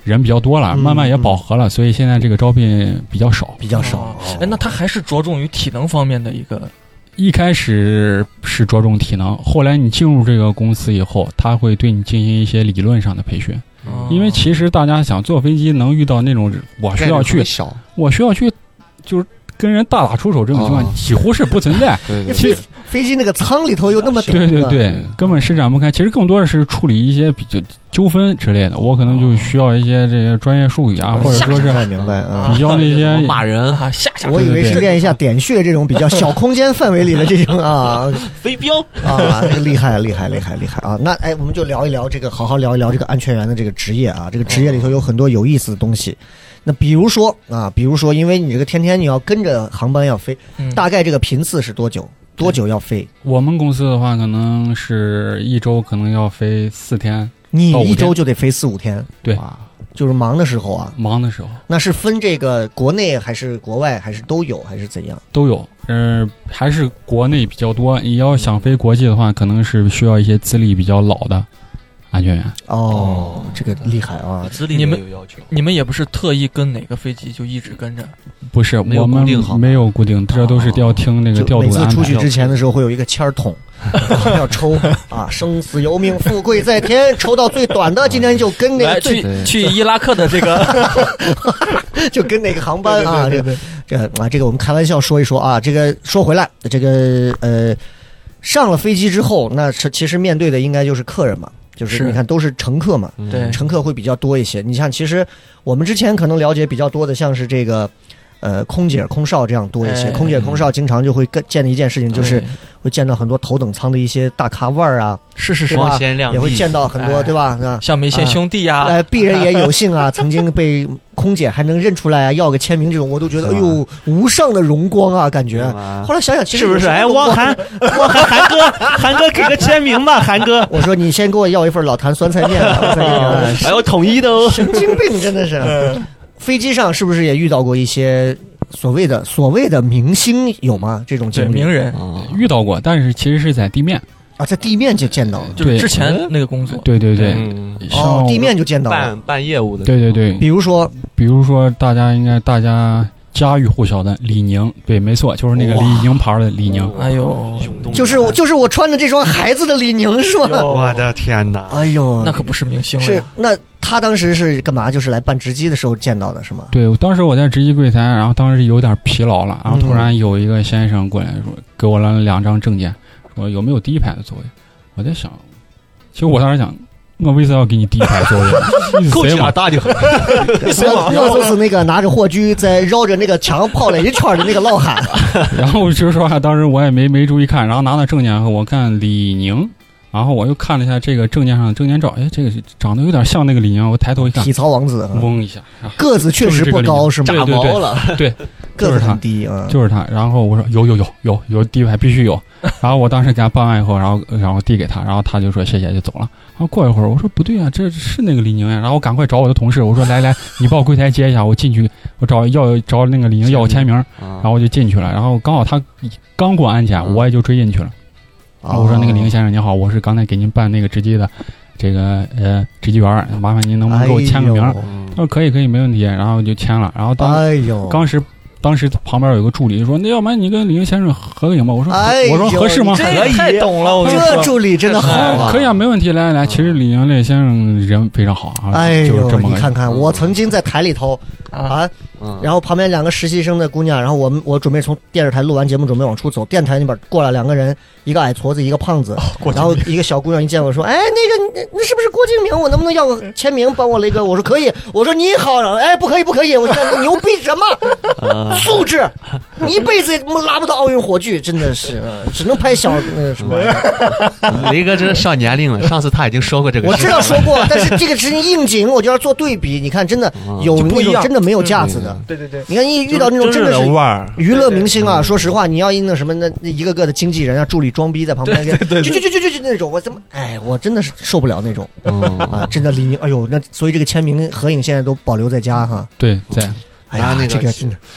人比较多了， 嗯、 慢慢也饱和了，所以现在这个招聘比较少， 比较少。 哎、哦，那他还是着重于体能方面的一个。 一开始是着重体能，后来你进入这个公司以后，他会对你进行一些理论上的培训。哦、因为其实大家想坐飞机能遇到那种我需要去，我需要去，就是跟人大打出手这种情况、哦、几乎是不存在。 对对对，其实飞机那个舱里头又那么对对对，根本施展不开。其实更多的是处理一些比较纠纷之类的，我可能就需要一些这些专业术语啊，或者说是明白啊， 比较那些骂人啊，下下。 我以为是练一下点穴这种比较小空间范围里的这种啊， 飞镖啊，厉害厉害厉害厉害啊！那哎，我们就聊一聊这个，好好聊一聊这个安全员的这个职业啊，这个职业里头有很多有意思的东西。那比如说啊，比如说，因为你这个天天你要跟着航班要飞，嗯、大概这个频次是多久？多久要飞？ 我们公司的话，可能是一周可能要飞四天。 你一周就得飞四五天？ 对， 就是忙的时候啊。 忙的时候。 那是分这个国内还是国外，还是都有，还是怎样？ 都有。嗯、呃，还是国内比较多。你要想飞国际的话，可能是需要一些资历比较老的安全员。 哦，这个厉害啊！ 资历没有要求。 你们也不是特意跟哪个飞机就一直跟着？ 不是，我们没有固定，这都是要听那个调度的安排。 每次出去之前的时候会有一个签儿筒，要抽啊，生死由命，富贵在天，抽到最短的，今天就跟那个最去去伊拉克的这个， 就跟哪个航班啊？这个这个啊，这个我们开玩笑说一说啊。这个说回来，这个呃，上了飞机之后，那是其实面对的应该就是客人嘛。就是你看都是乘客嘛， 对， 乘客会比较多一些。你像其实我们之前可能了解比较多的，像是这个呃空姐、空少这样多一些。 哎、 空姐、空少经常就会见的一件事情，就是会见到很多头等舱的一些大咖腕儿啊， 是是是， 光鲜亮丽， 也会见到很多， 哎、 对吧？啊， 像梅县兄弟呀、啊， 呃，鄙人也有幸啊，曾经被空姐还能认出来啊，要个签名这种，我都觉得哎呦无上的荣光啊，感觉。后来想想，其实是不是？哎，汪涵，汪涵，涵哥，涵哥给个签名吧，涵哥。 我说你先给我要一份老坛酸菜面， 还有统一的哦。 神经病，真的是。飞机上是不是也遇到过一些所谓的所谓的明星有吗？这种经历？ 名人、 嗯、遇到过，但是其实是在地面。 啊，在地面就见到了， 就是之前那个工作， 对对对， 嗯、 哦，地面就见到了， 办办业务的， 对对对， 比如说， 比如说大家应该大家家喻户晓的李宁，对，没错，就是那个李宁牌的李宁， 哎呦， 就是我就是我穿的这双孩子的李宁是吗？ 我的天哪， 哎呦， 那可不是明星了， 是那他当时是干嘛？就是来办值机的时候见到的是吗？ 对，当时我在值机柜台，然后当时有点疲劳了，然后突然有一个先生过来说，给我了两张证件，说有没有第一排的座位。我在想，其实我当时想，我为啥要给你第一排座位？ 够起来大就很。 我就是那个拿着火炬在绕着那个墙跑了一圈的那个老汉。 然后就是说，当时我也没没注意看，然后拿到证件后，我看李宁，然后我又看了一下这个证件上的证件照，哎，这个长得有点像那个李宁，我抬头一看， 体操王子， 嗡一下， 个子确实不高，是吗？ 炸毛了，对， 个子很低啊， 就是他。然后我说有有有有有第一排必须有。然后我当时给他办完以后，然后然后递给他，然后他就说谢谢就走了。然后过一会儿我说不对啊，这是那个李宁呀。然后我赶快找我的同事，我说来来，你把我柜台接一下，我进去，我找要找那个李宁要我签名，然后我就进去了。然后刚好他刚过安检，我也就追进去了。我说那个林先生你好，我是刚才给您办那个值机的这个呃值机员，麻烦您能不能给我签个名？他说可以可以没问题，然后就签了。然后当哎呦当时当时旁边有个助理说，那要不然你跟林先生合个影吧？我说、 哎、 我说合适吗？ 可以，太懂了，我这助理真的好啊， 可以啊，没问题，来来来。其实李宁烈先生人非常好啊， 哎呦， 就是这么个你看看，我曾经在台里头啊。然后旁边两个实习生的姑娘，然后我们我准备从电视台录完节目准备往出走，电台那边过来两个人，一个矮矬子，一个胖子，哦、然后一个小姑娘一见我说，哎，那个那那是不是郭敬明？我能不能要个签名，帮我雷哥？我说可以，我说你好，哎，不可以不可以，我说牛逼什么素质，你一辈子也拉不到奥运火炬，真的是只能拍小那个什么。 雷哥真的上年龄了，上次他已经说过这个事， 我知道说过，但是这个事情应景，我就要做对比。你看，真的有那种真的没有架子的。 对对对， 你看一遇到那种真的是娱乐明星啊，说实话，你要那什么那一个个的经纪人啊、助理装逼在旁边，就就就就就就那种，我怎么哎，我真的是受不了那种啊！真的李宁，哎呦，那所以这个签名合影现在都保留在家哈。 对，在。 哎呀，这个真的。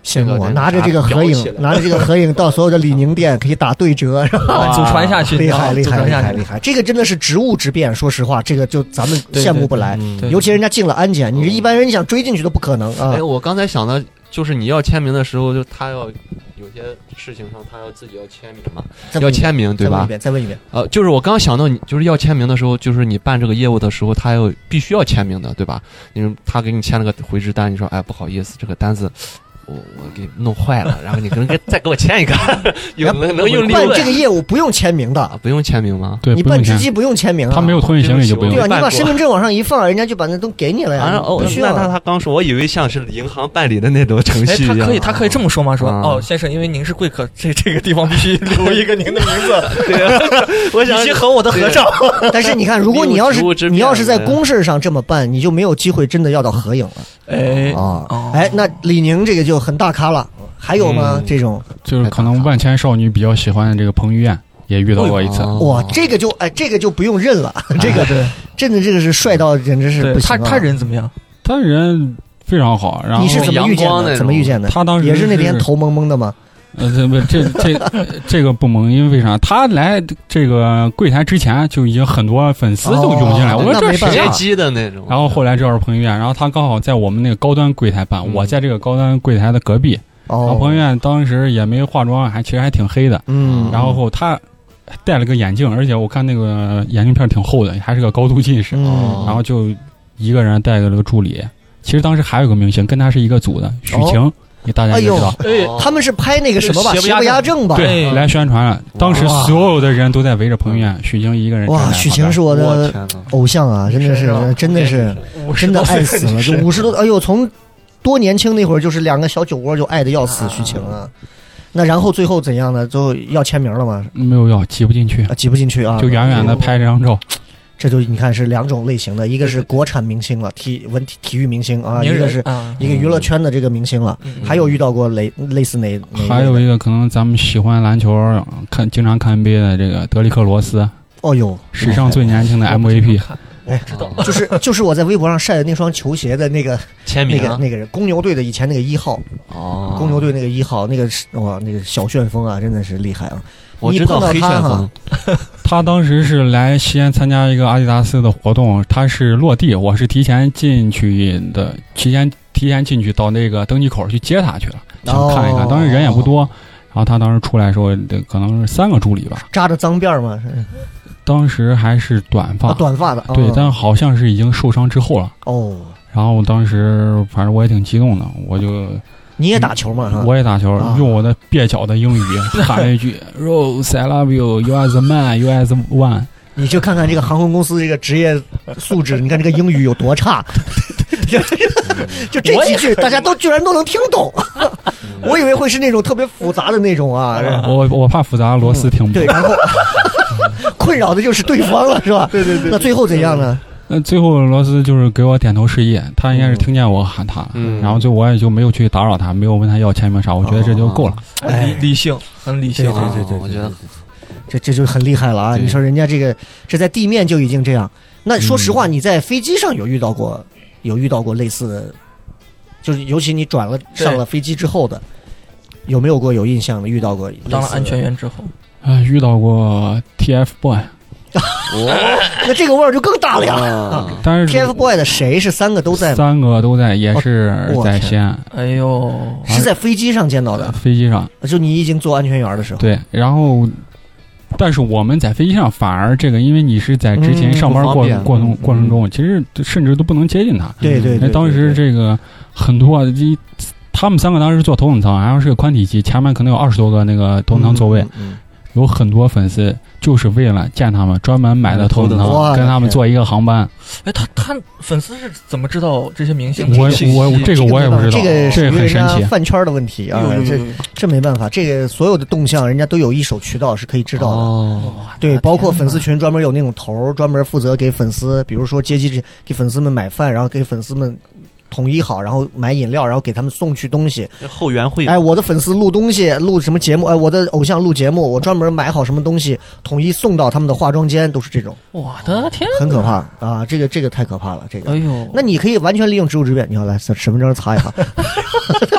羡慕啊！拿着这个合影，拿着这个合影到所有的李宁店可以打对折，是吧？ 祖传下去， 厉害厉害厉害厉害！这个真的是职务之便，说实话，这个就咱们羡慕不来。尤其人家进了安检，你一般人想追进去都不可能啊！ 哎，我刚才想的就是你要签名的时候，就他要有些事情上他要自己要签名嘛，要签名对吧？ 再问一遍，再问一遍。 呃，就是我刚想到你就是要签名的时候，就是你办这个业务的时候，他要必须要签名的，对吧？你他给你签了个回执单，你说哎不好意思，这个单子。我我给弄坏了，然后你可能给再给我签一个，有能能用利办这个业务不用签名的， 不用签名吗？ 对， 你办值机不用签名， 他没有托运行李就不用。 对吧？你把身份证往上一放，人家就把那都给你了呀。 哦，那他他刚说，我以为像是银行办理的那种程序一样。 他可以他可以这么说吗？说哦，先生，因为您是贵客，这这个地方必须留一个您的名字，对，我想和我的合照。 但是你看，如果你要是你要是在公事上这么办，你就没有机会真的要到合影了。 哎啊，哎，那李宁这个就很大咖了。还有吗？这种就是可能万千少女比较喜欢的这个彭于晏也遇到过一次。 哇，这个就哎，这个就不用认了。这个真的这个是帅到简直是不行。 他他人怎么样？ 他人非常好。然后你是怎么遇见的？怎么遇见的？ 他当时也是那天头蒙蒙的吗？ 呃，这不这这这个不蒙，因为为啥？他来这个柜台之前就已经很多粉丝都涌进来，我说这是接机的那种。 然后后来这是彭于晏，然后他刚好在我们那个高端柜台办，我在这个高端柜台的隔壁。然后彭于晏当时也没化妆，还其实还挺黑的。嗯，然后他戴了个眼镜，而且我看那个眼镜片挺厚的，还是个高度近视。嗯，然后就一个人带个这个助理。其实当时还有个明星跟他是一个组的，许晴，你大家也知道。 哎呦，他们是拍那个什么吧，邪不压正吧？ 对，来宣传了。当时所有的人都在围着彭于晏，许晴一个人。 哇，许晴是我的偶像啊，真的是，真的是，真的爱死了，就五十多，哎呦，从。多年轻那会儿就是两个小酒窝就爱的要死许晴啊，那然后最后怎样呢？最后要签名了吗？ 没有要，挤不进去啊，挤不进去啊， 就远远的拍这张照。 这就你看是两种类型的，一个是国产明星了，体文体体育明星啊，一个是一个娱乐圈的这个明星了。还有遇到过类类似哪？ 还有一个可能咱们喜欢篮球看经常看 N B A 的这个德里克罗斯。 哦呦， 史上最年轻的 M V P。 哎，知道，就是就是我在微博上晒的那双球鞋的那个签名， 那个那个人，公牛队的以前那个一号，哦，公牛队那个一号，那个哇，那个小旋风啊，真的是厉害啊！ 我知道黑旋风， 他当时是来西安参加一个阿迪达斯的活动，他是落地，我是提前进去的，提前提前进去到那个登机口去接他去了，想看一看，当时人也不多，然后他当时出来的时候，可能是三个助理吧， 扎着脏辫吗？ 当时还是短发， 啊、短发的， 对，哦、但好像是已经受伤之后了。哦，然后当时反正我也挺激动的，我就你也打球嘛？ 我也打球，啊、用我的蹩脚的英语喊了一句 ：“Rose, I love you. You are the man. You are the one。” 你就看看这个航空公司这个职业素质，你看这个英语有多差，就这几句大家都居然都能听懂。我以为会是那种特别复杂的那种啊， 我我怕复杂，螺丝听不懂。 对，然后困扰的就是对方了，是吧？ 对对对。 那最后怎样呢？ 那最后罗斯就是给我点头示意，他应该是听见我喊他，嗯、然后就我也就没有去打扰他，没有问他要签名啥，我觉得这就够了。 哎，理性，很理性， 对对对对， 我觉得这这就很厉害了啊！你说人家这个这在地面就已经这样，那说实话，你在飞机上有遇到过有遇到过类似的，就是尤其你转了上了飞机之后的，有没有过有印象的遇到过？ 当了安全员之后， 啊，遇到过 T F boy。 哦，那这个味儿就更大了呀！ 但是 T F boy 的谁是三个都在吗？ 三个都在，也是在西安。 哎呦， 是在飞机上见到的。 飞机上， 就你已经做安全员的时候。 对，然后，但是我们在飞机上反而这个，因为你是在执勤上班过过程过程中，其实甚至都不能接近他。 对对对。 当时这个很多一，他们三个当时坐头等舱，然后是个宽体机，前面可能有二十多个那个头等舱座位。有很多粉丝就是为了见他们，专门买的头等舱，跟他们坐一个航班。 哎，他他粉丝是怎么知道这些明星？ 我我这个我也不知道， 这个这个很神奇。 饭圈的问题啊，这这没办法，这个所有的动向人家都有一手渠道是可以知道的。哦，对，包括粉丝群专门有那种头，专门负责给粉丝，比如说接机给粉丝们买饭，然后给粉丝们。统一好，然后买饮料，然后给他们送去东西。 后援会， 哎，我的粉丝录东西，录什么节目？哎，我的偶像录节目，我专门买好什么东西，统一送到他们的化妆间，都是这种。 我的天， 很可怕啊！这个这个太可怕了，这个。 哎呦， 那你可以完全利用职务之便，你要来身份证擦一下。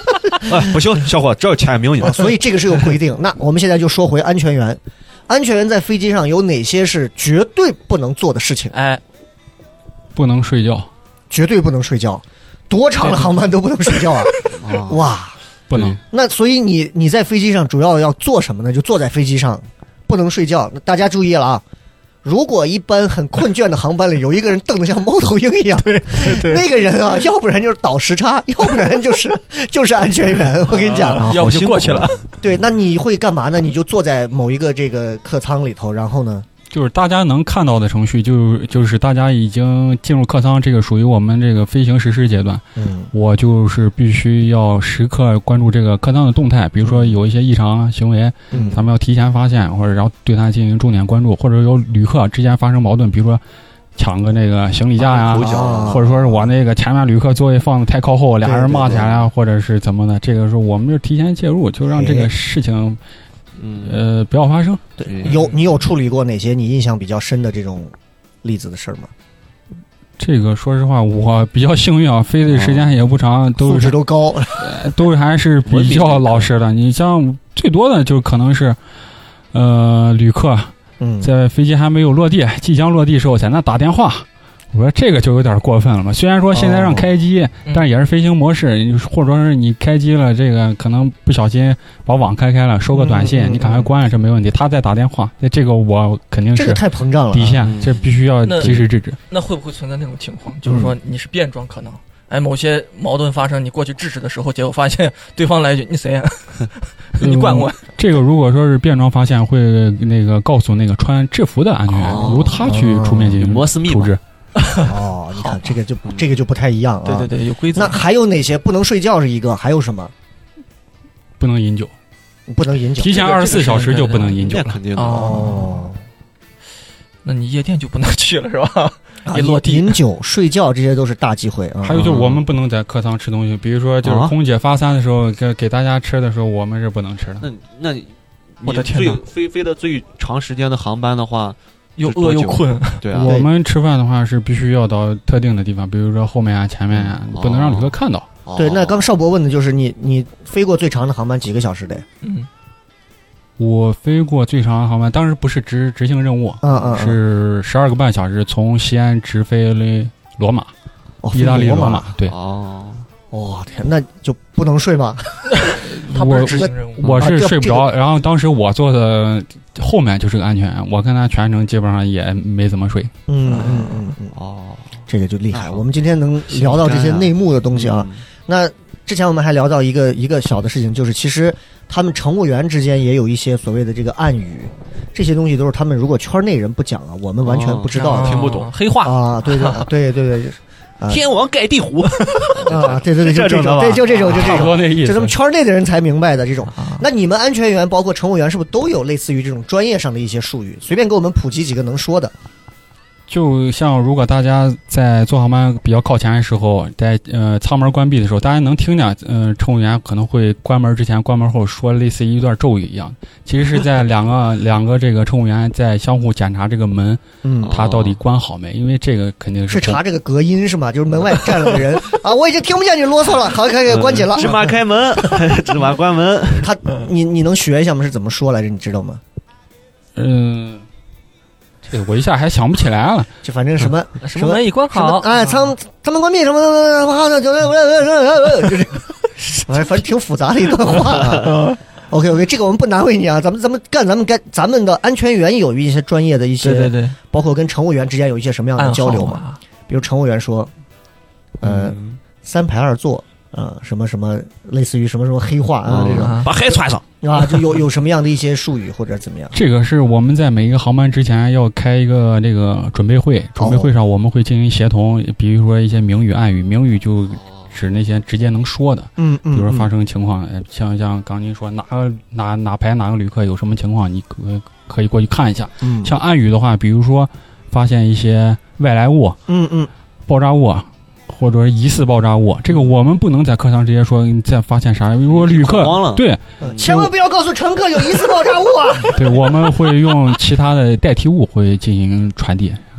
哎，不行，小伙，这要签名呢。 所以这个是有规定。那我们现在就说回安全员，安全员在飞机上有哪些是绝对不能做的事情？ 哎， 不能睡觉， 绝对不能睡觉，多长的航班都不能睡觉啊！哇， 不能。 那所以你你在飞机上主要要做什么呢？就坐在飞机上，不能睡觉。大家注意了啊！如果一般很困倦的航班里有一个人瞪得像猫头鹰一样，对对，那个人啊，要不然就是倒时差，要不然就是就是安全员。我跟你讲， 啊、要不就过去了。 对，那你会干嘛呢？你就坐在某一个这个客舱里头，然后呢？ 就是大家能看到的程序，就就是大家已经进入客舱，这个属于我们这个飞行实施阶段。嗯，我就是必须要时刻关注这个客舱的动态，比如说有一些异常行为，嗯，咱们要提前发现，或者然后对它进行重点关注，或者有旅客之间发生矛盾，比如说抢个那个行李架呀、啊，或者说是我那个前面旅客座位放的太靠后，俩人骂起来啊，或者是怎么的，这个时候我们就提前介入，就让这个事情。嗯，呃，不要发生。 对，有你有处理过哪些你印象比较深的这种例子的事儿吗？ 这个说实话，我比较幸运啊，飞的时间也不长，都素质都高， 呃、都还是比较老实的。你像最多的就可能是，呃，旅客在飞机还没有落地，即将落地时候在那打电话。我说这个就有点过分了嘛。虽然说现在让开机，哦、但是也是飞行模式，或者说是你开机了，这个可能不小心把网开开了，收个短信，嗯、你赶快关了，这没问题。他在打电话，那这个我肯定是这个太膨胀了， 底线，嗯、这必须要及时制止。 那会不会存在那种情况，就是说你是变装可能？哎，某些矛盾发生，你过去制止的时候，结果发现对方来一句：“你谁呀、啊？你管管。嗯” 这个如果说是变装发现，会那个告诉那个穿制服的安全员，哦、由他去出面进行处置。 哦，你看这个就这个就不太一样啊！ 对对对，有规则。 那还有哪些？不能睡觉是一个，还有什么？ 不能饮酒， 不能饮酒， 提前二十四小时就不能饮酒了。 肯定的哦。 那你夜店就不能去了是吧？一落地饮酒、睡觉这些都是大忌讳啊。 还有就是我们不能在客舱吃东西，比如说就是空姐发餐的时候，给给大家吃的时候，我们是不能吃的。 那那我的天哪！ 飞飞的最长时间的航班的话。 又饿又困， 对啊。 我们吃饭的话是必须要到特定的地方，比如说后面啊、前面啊，不能让旅客看到。 哦、对，那刚邵博问的就是你，你飞过最长的航班几个小时的？ 嗯， 我飞过最长的航班，当时不是执执行任务， 嗯嗯， 是十二个半小时，从西安直飞了罗马， 哦、 意大利罗马。对， 哦， 哦天，那就不能睡吗？ 他不是执行任务， 我是睡不着。啊、然后当时我坐的后面就是个安全员，我跟他全程基本上也没怎么睡。 嗯嗯嗯嗯， 哦， 这个就厉害。我们今天能聊到这些内幕的东西啊。那之前我们还聊到一个一个小的事情，就是其实他们乘务员之间也有一些所谓的这个暗语，这些东西都是他们如果圈内人不讲啊，我们完全不知道， 哦、听不懂黑话啊。对对对对对。 啊、天王盖地虎啊！对对对，就这种，对，就这种，就这种，就他们圈内的人才明白的这种。那你们安全员，包括乘务员，是不是都有类似于这种专业上的一些术语？随便给我们普及几个能说的。 就像如果大家在坐航班比较靠前的时候，在呃舱门关闭的时候，大家能听见，呃，乘务员可能会关门之前、关门后说类似于一段咒语一样。其实是在两个两个这个乘务员在相互检查这个门，嗯，它到底关好没？因为这个肯定是是查这个隔音是吗？就是门外站了个人啊，我已经听不见你啰嗦了，好，可以关紧了。 芝麻开门，芝麻关门。 他，你你能学一下吗？是怎么说来着？你知道吗？ 嗯。这我一下还想不起来了， 就反正什么什么门已关好， 哎，舱舱门关闭什么什么，就这，反正挺复杂的一段话。OK OK， 这个我们不难为你啊，咱们咱们干咱们该咱们的安全员有一些专业的一些， 对对对， 包括跟乘务员之间有一些什么样的交流嘛？比如乘务员说，呃，三排二座。啊、呃，什么什么，类似于什么什么黑话啊，这种、 嗯、把海穿上啊，就有有什么样的一些术语或者怎么样？ 这个是我们在每一个航班之前要开一个这个准备会，准备会上我们会进行协同，比如说一些明语暗语，明语就指那些直接能说的， 嗯嗯， 比如说发生情况，像像刚您说哪个哪哪排哪个旅客有什么情况，你可可以过去看一下。嗯，像暗语的话，比如说发现一些外来物， 嗯嗯， 爆炸物。或者疑似爆炸物，这个我们不能在客舱直接说你再发现啥。如果旅客对、 嗯，千万不要告诉乘客有疑似爆炸物啊！ 对，我们会用其他的代替物会进行传递，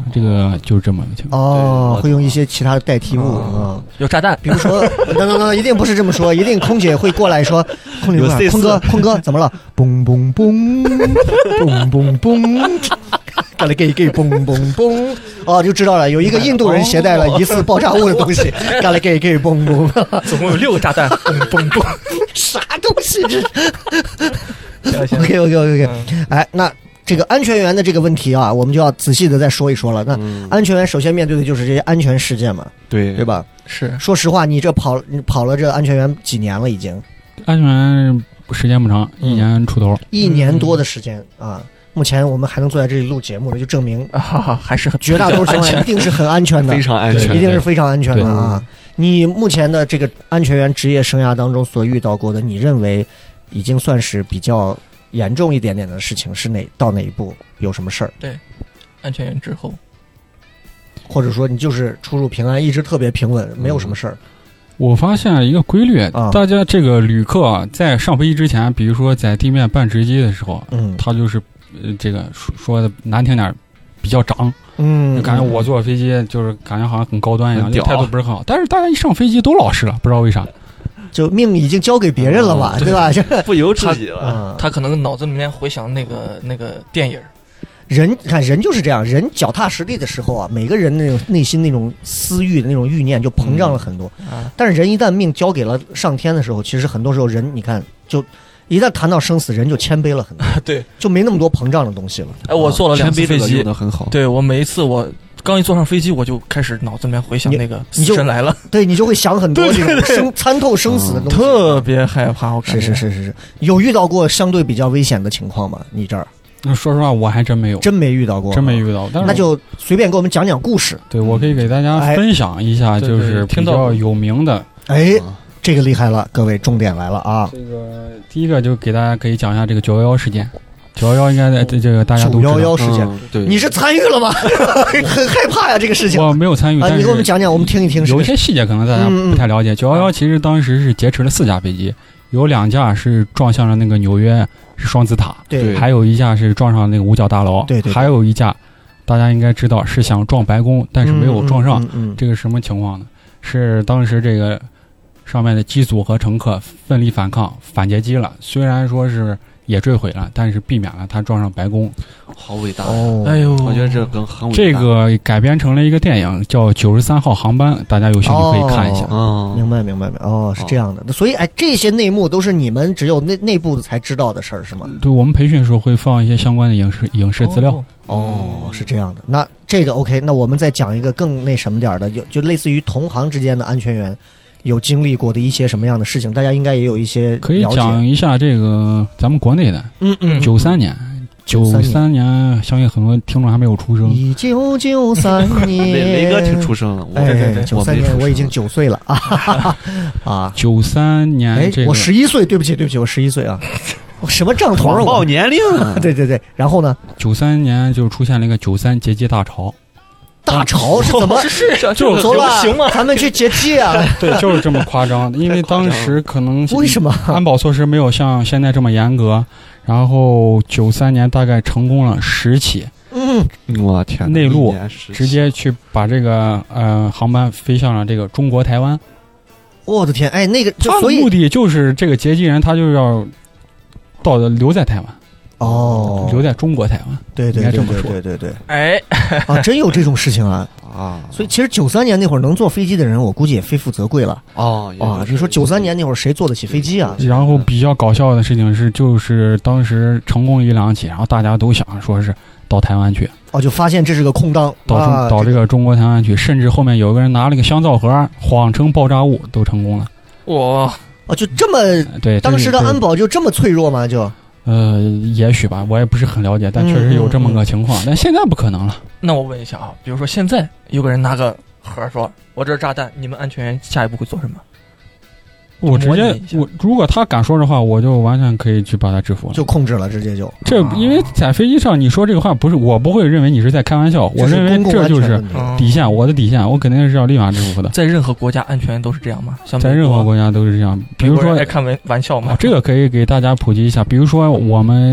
这个就是这么个情况。 哦，会用一些其他的代替物啊， 有炸弹， 比如说，等等等，一定不是这么说，一定空姐会过来说，空姐过来，坤哥，坤哥怎么了？嘣嘣嘣，嘣嘣嘣。嘎啦给给嘣嘣嘣，哦，就知道了，有一个印度人携带了疑似爆炸物的东西，嘎啦给给嘣嘣， 总共有六个炸弹，嘣嘣嘣， 啥东西这？OK OK OK OK， 哎，那这个安全员的这个问题啊，我们就要仔细的再说一说了。那安全员首先面对的就是这些安全事件嘛， 对对吧？ 是， 说实话，你这跑你跑了这安全员几年了已经？ 安全员时间不长，一年出头， 一年多的时间啊。目前我们还能坐在这里录节目的，就证明啊，还是绝大多数情况下一定是很安全的， 非常安全， 一定是非常安全的啊！你目前的这个安全员职业生涯当中所遇到过的，你认为已经算是比较严重一点点的事情是哪到哪一步？有什么事儿？ 对，安全员之后， 或者说你就是出入平安，一直特别平稳，没有什么事儿。 我发现一个规律， 啊、 大家这个旅客啊，在上飞机之前，比如说在地面办值机的时候， 嗯， 他就是呃这个说说的难听点，比较长， 嗯， 就感觉我坐飞机就是感觉好像很高端一样， 就态度不是很好。但是大家一上飞机都老实了，不知道为啥， 就命已经交给别人了嘛，嗯、对吧？ 不由自己了、 嗯， 他可能脑子里面回想那个那个电影。 人看人就是这样，人脚踏实地的时候啊，每个人那种内心那种私欲的那种欲念就膨胀了很多。 嗯啊、 但是人一旦命交给了上天的时候，其实很多时候人你看，就一旦谈到生死，人就谦卑了很多， 对， 就没那么多膨胀的东西了。 哎，我坐了两次飞机， 用得很好。 对我每一次我刚一坐上飞机，我就开始脑子里面回想那个死神来了， 对你就会想很多这种生参透生死的东西， 嗯、特别害怕。我感觉是是是是是，有遇到过相对比较危险的情况吗？你这儿？ 说实话，我还真没有， 真没遇到过， 真没遇到。但是那就随便给我们讲讲故事。 对，我可以给大家分享一下，就是比较有名的。 哎，这个厉害了，各位，重点来了啊！ 这个第一个就给大家可以讲一下这个九幺幺事件。九幺幺应该在这个大家都知道。 九幺幺事件， 嗯、对， 你是参与了吗？很害怕呀，这个事情。 我没有参与， 啊，你给我们讲讲，我们听一听。 有一些细节可能大家不太了解。九幺幺其实当时是劫持了四架飞机。有两架是撞向了那个纽约是双子塔， 对， 还有一架是撞上那个五角大楼， 对 对, 对， 还有一架大家应该知道是想撞白宫，但是没有撞上。 嗯嗯嗯嗯、 这个什么情况呢？是当时这个上面的机组和乘客奋力反抗，反劫机了。虽然说是也坠毁了，但是避免了它撞上白宫。 好伟大！ 哦， 哎呦， 我觉得这更很伟大。 这个改编成了一个电影，叫《九十三号航班》，大家有兴趣可以看一下。 哦，明白明白明白。哦，是这样的。所以哎，这些内幕都是你们只有内内部才知道的事儿，是吗？ 对，我们培训的时候会放一些相关的影视影视资料。 哦，是这样的。那这个 OK， 那我们再讲一个更那什么点的，就就类似于同行之间的安全员有经历过的一些什么样的事情，大家应该也有一些了解。 可以讲一下这个咱们国内的， 嗯嗯， 九三年。九三年，相信很多听众还没有出生。 一九九三年， 雷雷哥挺出生了。 哎，对对，九三年我已经九岁了啊啊！ 九三年， 哎， 这个、 我十一岁，对不起对不起，我十一岁啊！我什么账头啊？ 报年龄啊！ 对对对，然后呢？ 九三年就出现了一个九三劫机大潮。 大潮是怎么？ 是就是流行吗？ 咱们去劫机啊！ 对，就是这么夸张。因为当时可能为什么安保措施没有像现在这么严格，然后九三年大概成功了十起。 嗯， 我天， 内陆直接去把这个呃航班飞向了这个中国台湾。 我的天，哎，那个他的目的就是这个劫机人他就要到留在台湾。 哦， 留在中国台湾， 对对对对对对对， 哎， 啊，真有这种事情啊啊！ 所以其实九三年那会儿能坐飞机的人，我估计也非富则贵了哦啊！你说九三年那会儿谁坐得起飞机啊？ 然后比较搞笑的事情是，就是当时成功一两起，然后大家都想说是到台湾去， 哦，就发现这是个空档， 到中、啊、到这个中国台湾去，甚至后面有个人拿了个香皂盒谎称爆炸物，都成功了。 哇！ 哦，就这么对， 当时的安保就这么脆弱吗？就。 呃，也许吧，我也不是很了解，但确实有这么个情况，嗯嗯嗯、但现在不可能了。 那我问一下啊，比如说现在有个人拿个盒说：“我这是炸弹，你们安全员下一步会做什么？” 我直接，我如果他敢说这话，我就完全可以去把他制服了， 就控制了，直接就。 这因为在飞机上你说这个话，不是我不会认为你是在开玩笑，我认为这就是底线，我的底线，我肯定是要立马制服的。 在任何国家，安全员都是这样吗？ 在任何国家都是这样。比如说， 爱开玩玩笑吗？ 这个可以给大家普及一下。比如说，我们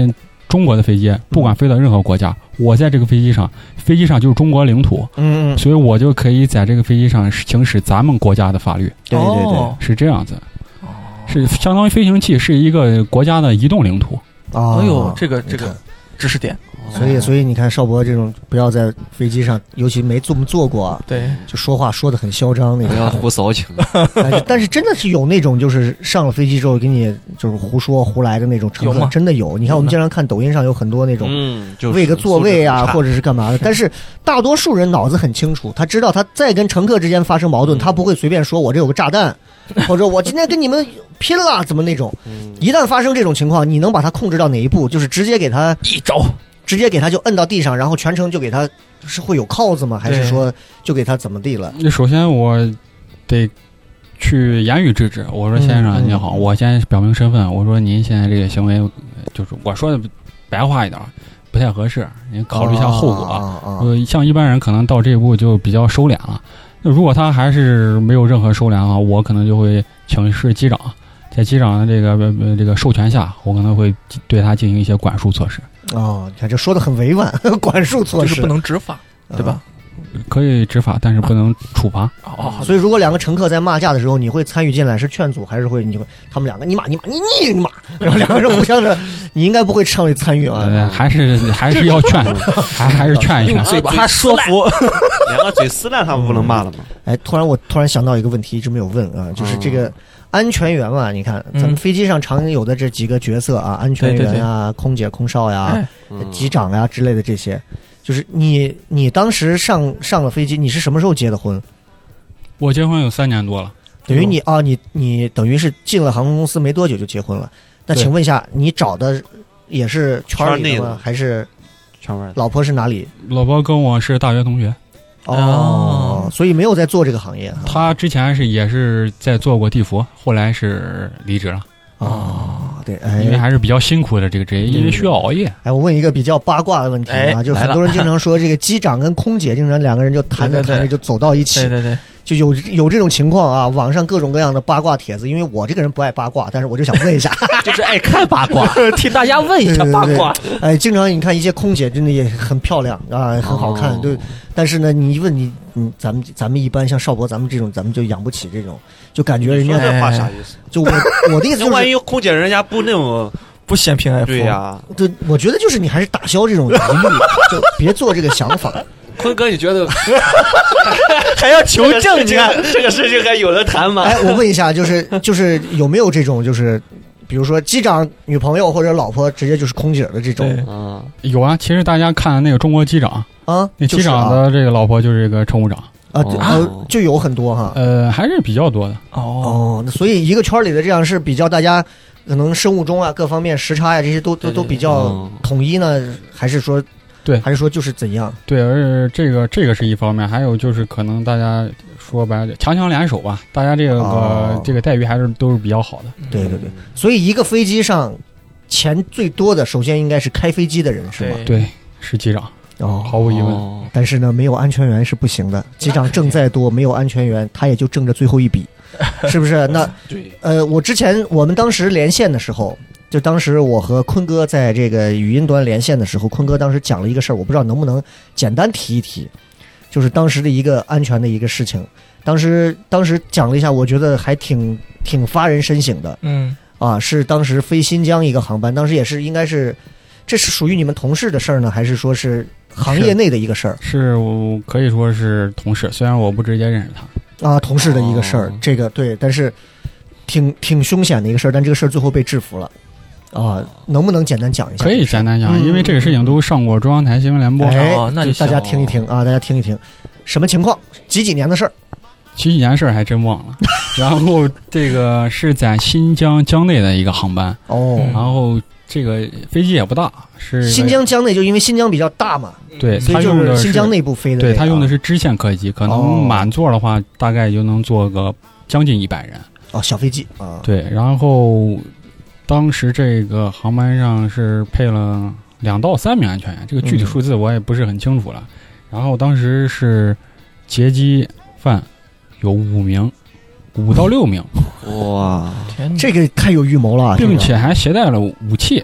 中国的飞机，不管飞到任何国家，我在这个飞机上，飞机上就是中国领土， 嗯， 所以我就可以在这个飞机上行使咱们国家的法律。 对对对， 哦、 是这样子，是相当于飞行器是一个国家的移动领土。 哦， 哎呦，这个这个知识点。 所以，所以你看邵博这种，不要在飞机上，尤其没这么做过啊， 对， 就说话说的很嚣张那种， 不要胡骚情。 哎，但是真的是有那种，就是上了飞机之后给你就是胡说胡来的那种乘客，真的有。你看我们经常看抖音上有很多那种， 嗯， 为个座位啊，或者是干嘛的。但是大多数人脑子很清楚，他知道他再跟乘客之间发生矛盾，他不会随便说我这有个炸弹，或者我今天跟你们拼了怎么那种。一旦发生这种情况，你能把他控制到哪一步？就是直接给他一招。 直接给他就摁到地上，然后全程就给他是会有铐子吗？还是说就给他怎么地了？ 首先我得去言语制止，我说先生、嗯、你好，我先表明身份，我说您现在这个行为就是我说的白话一点不太合适，您考虑一下后果。 哦哦呃，像一般人可能到这一步就比较收敛了。那如果他还是没有任何收敛的话，我可能就会请示机长，在机长的这个呃这个授权下，我可能会对他进行一些管束措施。 哦，你看这说的很委婉，管束措施就是不能执法，对吧？ 可以执法，但是不能处罚。 哦，所以如果两个乘客在骂架的时候，你会参与进来是劝阻，还是会你会他们两个你骂你骂你你你骂，然后两个人互相的，你应该不会上去参与啊？ 呃、还是还是要劝，还还是劝一劝， 嘴把他说服。 两个嘴撕烂，他们不能骂了吗？ 哎，突然我突然想到一个问题，一直没有问啊，就是这个。安全员嘛，你看咱们飞机上常有的这几个角色啊，嗯、安全员啊，对对对空姐、空少呀、哎、机长呀之类的这些，就是你你当时上上了飞机，你是什么时候结的婚？ 我结婚有三年多了， 等于你啊，你你等于是进了航空公司没多久就结婚了。那请问一下，你找的也是圈里的吗？还是圈外？ 老婆是哪里？ 老婆跟我是大学同学。 哦，所以没有在做这个行业。 他之前是也是在做过地服，后来是离职了。 哦，对，哎， 因为还是比较辛苦的这个职业，因为需要熬夜。 哎，我问一个比较八卦的问题啊， 哎、 就很多人经常说这个机长跟空姐经常两个人就谈着谈着就走到一起。 对对对。 就有有这种情况啊，网上各种各样的八卦帖子，因为我这个人不爱八卦，但是我就想问一下， 就是爱看八卦，替大家问一下八卦。 对对对哎，经常你看一些空姐真的也很漂亮啊，很好看，哦、对。但是呢，你一问你，嗯，咱们咱们一般像邵博咱们这种，咱们就养不起这种，就感觉人家这话啥意思？ 就我我的意思就是， 万一空姐人家不那种不嫌贫爱富， 对呀、啊， 对，我觉得就是你还是打消这种疑虑，就别做这个想法。 坤哥，你觉得还要求证？ 你看这个事情还有的谈吗？ 哎，我问一下，就是就是有没有这种，就是比如说机长女朋友或者老婆直接就是空姐的这种？ 啊，有啊。其实大家看那个中国机长啊， 那机长的这个老婆就是这个乘务长啊，呃，就有很多哈。 呃，还是比较多的。 哦，那所以一个圈里的这样是比较大家可能生物钟啊各方面时差呀、啊、这些都都都比较统一呢，还是说？ 对， 还是说就是怎样？ 对，而且这个这个是一方面，还有就是可能大家说白了强强联手吧，大家这个、哦、这个待遇还是都是比较好的。 对对对，所以一个飞机上钱最多的，首先应该是开飞机的人，是吗？ 对，是机长。 哦， 毫无疑问、 哦。但是呢，没有安全员是不行的。机长挣再多，没有安全员，他也就挣着最后一笔，是不是？那对， 呃，我之前我们当时连线的时候。就当时我和坤哥在这个语音端连线的时候，坤哥当时讲了一个事儿，我不知道能不能简单提一提，就是当时的一个安全的一个事情。当时当时讲了一下，我觉得还挺挺发人深省的。 嗯， 啊，是当时飞新疆一个航班，当时也是应该是，这是属于你们同事的事儿呢，还是说是行业内的一个事儿？ 是，我可以说是同事，虽然我不直接认识他。 啊，同事的一个事儿、哦，这个对，但是挺挺凶险的一个事儿，但这个事儿最后被制服了。啊，能不能简单讲一下？ 可以简单讲、嗯，因为这个事情都上过中央台新闻联播。 哎， 哦、那就大家听一听啊，大家听一听，什么情况？几几年的事儿？ 几几年事儿还真忘了。然后这个是在新疆疆内的一个航班哦， 然后这个飞机也不大，是新疆疆内，就因为新疆比较大嘛， 对， 所以就是新疆内部飞的、 这个，对，他用的是支线客机，可能满座的话，哦、大概就能坐个将近一百人。 哦，小飞机啊， 对，然后。当时这个航班上是配了两到三名安全员，这个具体数字我也不是很清楚了。嗯、然后当时是劫机犯有五名，五到六名。 哇， 这个太有预谋了， 并且还携带了武器。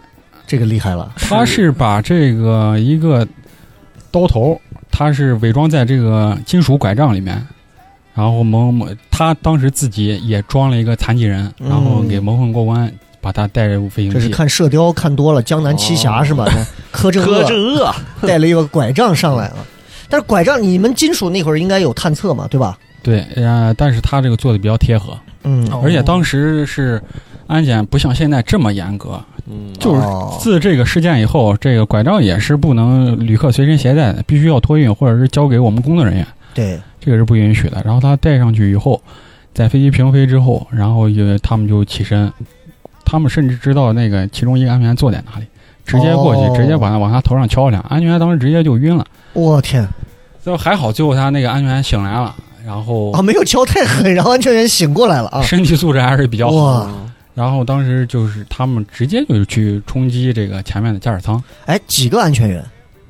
这个厉害了。 他是把这个一个刀头，他是伪装在这个金属拐杖里面，然后蒙蒙，他当时自己也装了一个残疾人，然后给蒙混过关，把他带入飞行器。 这是看射雕看多了，江南七侠、哦、是吧？柯镇柯镇恶带了一个拐杖上来了，但是拐杖你们金属那会儿应该有探测嘛，对吧？ 对，呃，但是他这个做的比较贴合， 嗯， 而且当时是安检不像现在这么严格，嗯，就是自这个事件以后，这个拐杖也是不能旅客随身携带的，必须要托运或者是交给我们工作人员。 对， 这个是不允许的。然后他带上去以后，在飞机平飞之后，然后就他们就起身，他们甚至知道那个其中一个安全员坐在哪里，直接过去，哦、直接把他往他头上敲两，安全员当时直接就晕了。 我天！ 最后还好，最后他那个安全员醒来了。然后啊，没有敲太狠，然后安全员醒过来了啊， 身体素质还是比较好。然后当时就是他们直接就是去冲击这个前面的驾驶舱。 哎，几个安全员？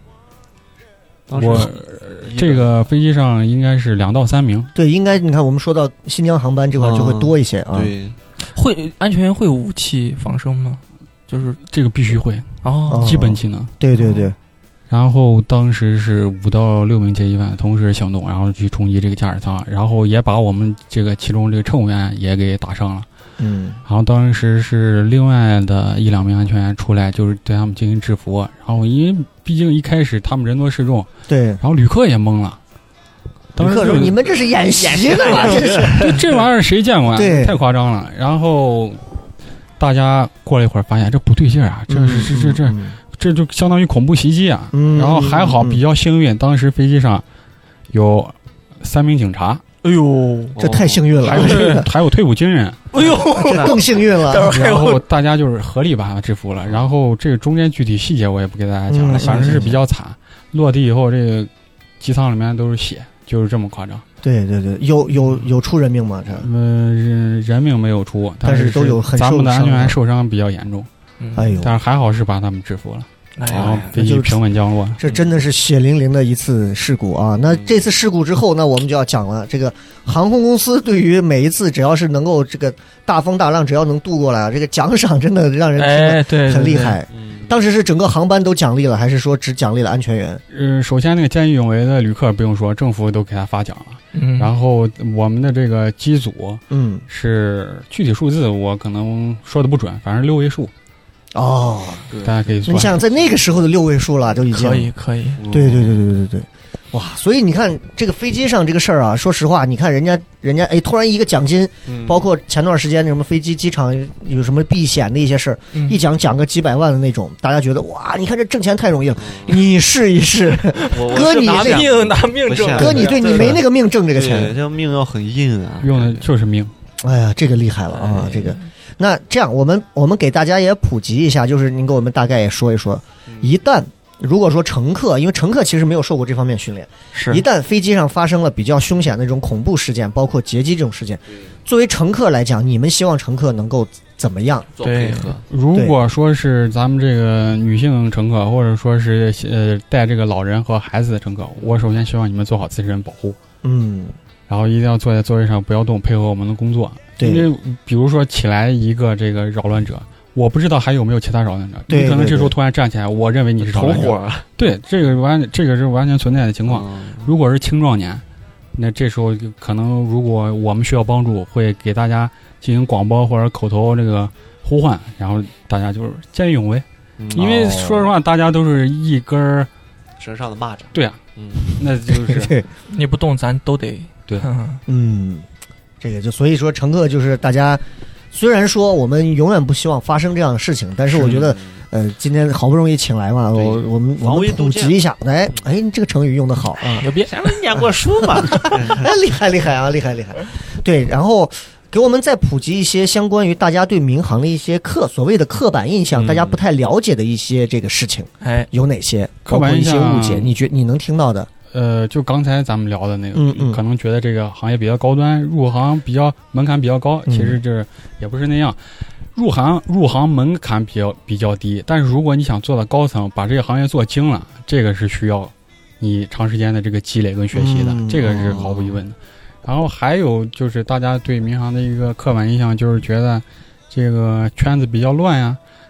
我这个飞机上应该是两到三名。 对，应该你看我们说到新疆航班这块就会多一些啊。 对， 会安全员会有武器防身吗？就是这个必须会哦， 基本技能。 对对对。 然后当时是五到六名劫机犯同时行动，然后去冲击这个驾驶舱，然后也把我们这个其中这个乘务员也给打伤了。 嗯， 然后当时是另外的一两名安全员出来，就是对他们进行制服。然后因为毕竟一开始他们人多势众， 对， 然后旅客也懵了。 旅客说：“你们这是演习呢吧？这是这这玩意儿谁见过？ 对， 太夸张了。”然后大家过了一会儿发现这不对劲啊，这是这这这。嗯这就相当于恐怖袭击啊！嗯、然后还好比较幸运，当时飞机上有三名警察。 哎呦，这太幸运了！ 还有还有退伍军人。 哎呦，这更幸运了。 然后大家就是合力把他制服了。然后这个中间具体细节我也不给大家讲了，嗯、反正是比较惨。落地以后，这个机舱里面都是血，就是这么夸张。 对对对，有有有出人命吗？这呃人人命没有出， 但是都有很受伤。 咱们的安全员受伤比较严重。 哎呦！ 但是还好是把他们制服了，然后飞机平稳降落。 这真的是血淋淋的一次事故啊！那这次事故之后，那我们就要讲了。这个航空公司对于每一次只要是能够这个大风大浪，只要能渡过来，这个奖赏真的让人听了很厉害。 哎、对对对当时是整个航班都奖励了，还是说只奖励了安全员？ 嗯，首先那个见义勇为的旅客不用说，政府都给他发奖了。嗯，然后我们的这个机组，嗯，是具体数字我可能说的不准，反正六位数。 哦， 大家可以算。 你想在那个时候的六位数了，就已经可以可以。 对对对对对对对，哇！所以你看这个飞机上这个事儿啊，说实话，你看人家人家哎，突然一个奖金，嗯、包括前段时间什么飞机机场有什么避险的一些事儿，嗯、一讲讲个几百万的那种，大家觉得哇，你看这挣钱太容易了，嗯、你试一试，哥你拿命拿命挣， 哥你对你没那个命挣这个钱， 这命要很硬啊， 用的就是命。 哎呀，这个厉害了啊，这个。那这样，我们我们给大家也普及一下，就是您给我们大概也说一说，一旦如果说乘客，因为乘客其实没有受过这方面训练， 是， 一旦飞机上发生了比较凶险的那种恐怖事件，包括劫机这种事件，作为乘客来讲，你们希望乘客能够怎么样做配合？ 如果说是咱们这个女性乘客，或者说是呃带这个老人和孩子的乘客，我首先希望你们做好自身保护， 嗯， 然后一定要坐在座位上不要动，配合我们的工作。因为比如说起来一个这个扰乱者，我不知道还有没有其他扰乱者， 对对对， 你可能这时候突然站起来，我认为你是扰乱者，对，这个完这个是完全存在的情况。嗯、如果是青壮年，那这时候可能如果我们需要帮助，会给大家进行广播或者口头这个呼唤，然后大家就是见义勇为。嗯、因为说实话，大家都是一根身上的蚂蚱。 对啊，嗯，那就是你不动，咱都得对， 嗯。这个就所以说，乘客就是大家，虽然说我们永远不希望发生这样的事情，但是我觉得，呃，今天好不容易请来嘛，我我们我们普及一下，哎哎，这个成语用得好啊， 牛逼！咱们念过书嘛， 哎，厉害厉害啊，厉害厉害。对，然后给我们再普及一些相关于大家对民航的一些刻所谓的刻板印象，嗯、大家不太了解的一些这个事情， 哎， 有哪些？ 刻板印象， 包括一些误解，你觉你能听到的？ 呃，就刚才咱们聊的那个， 嗯嗯， 可能觉得这个行业比较高端，入行比较门槛比较高，其实这也不是那样。入行入行门槛比较比较低，但是如果你想做到高层，把这个行业做精了，这个是需要你长时间的这个积累跟学习的，嗯、这个是毫无疑问的。然后还有就是大家对民航的一个刻板印象，就是觉得这个圈子比较乱呀，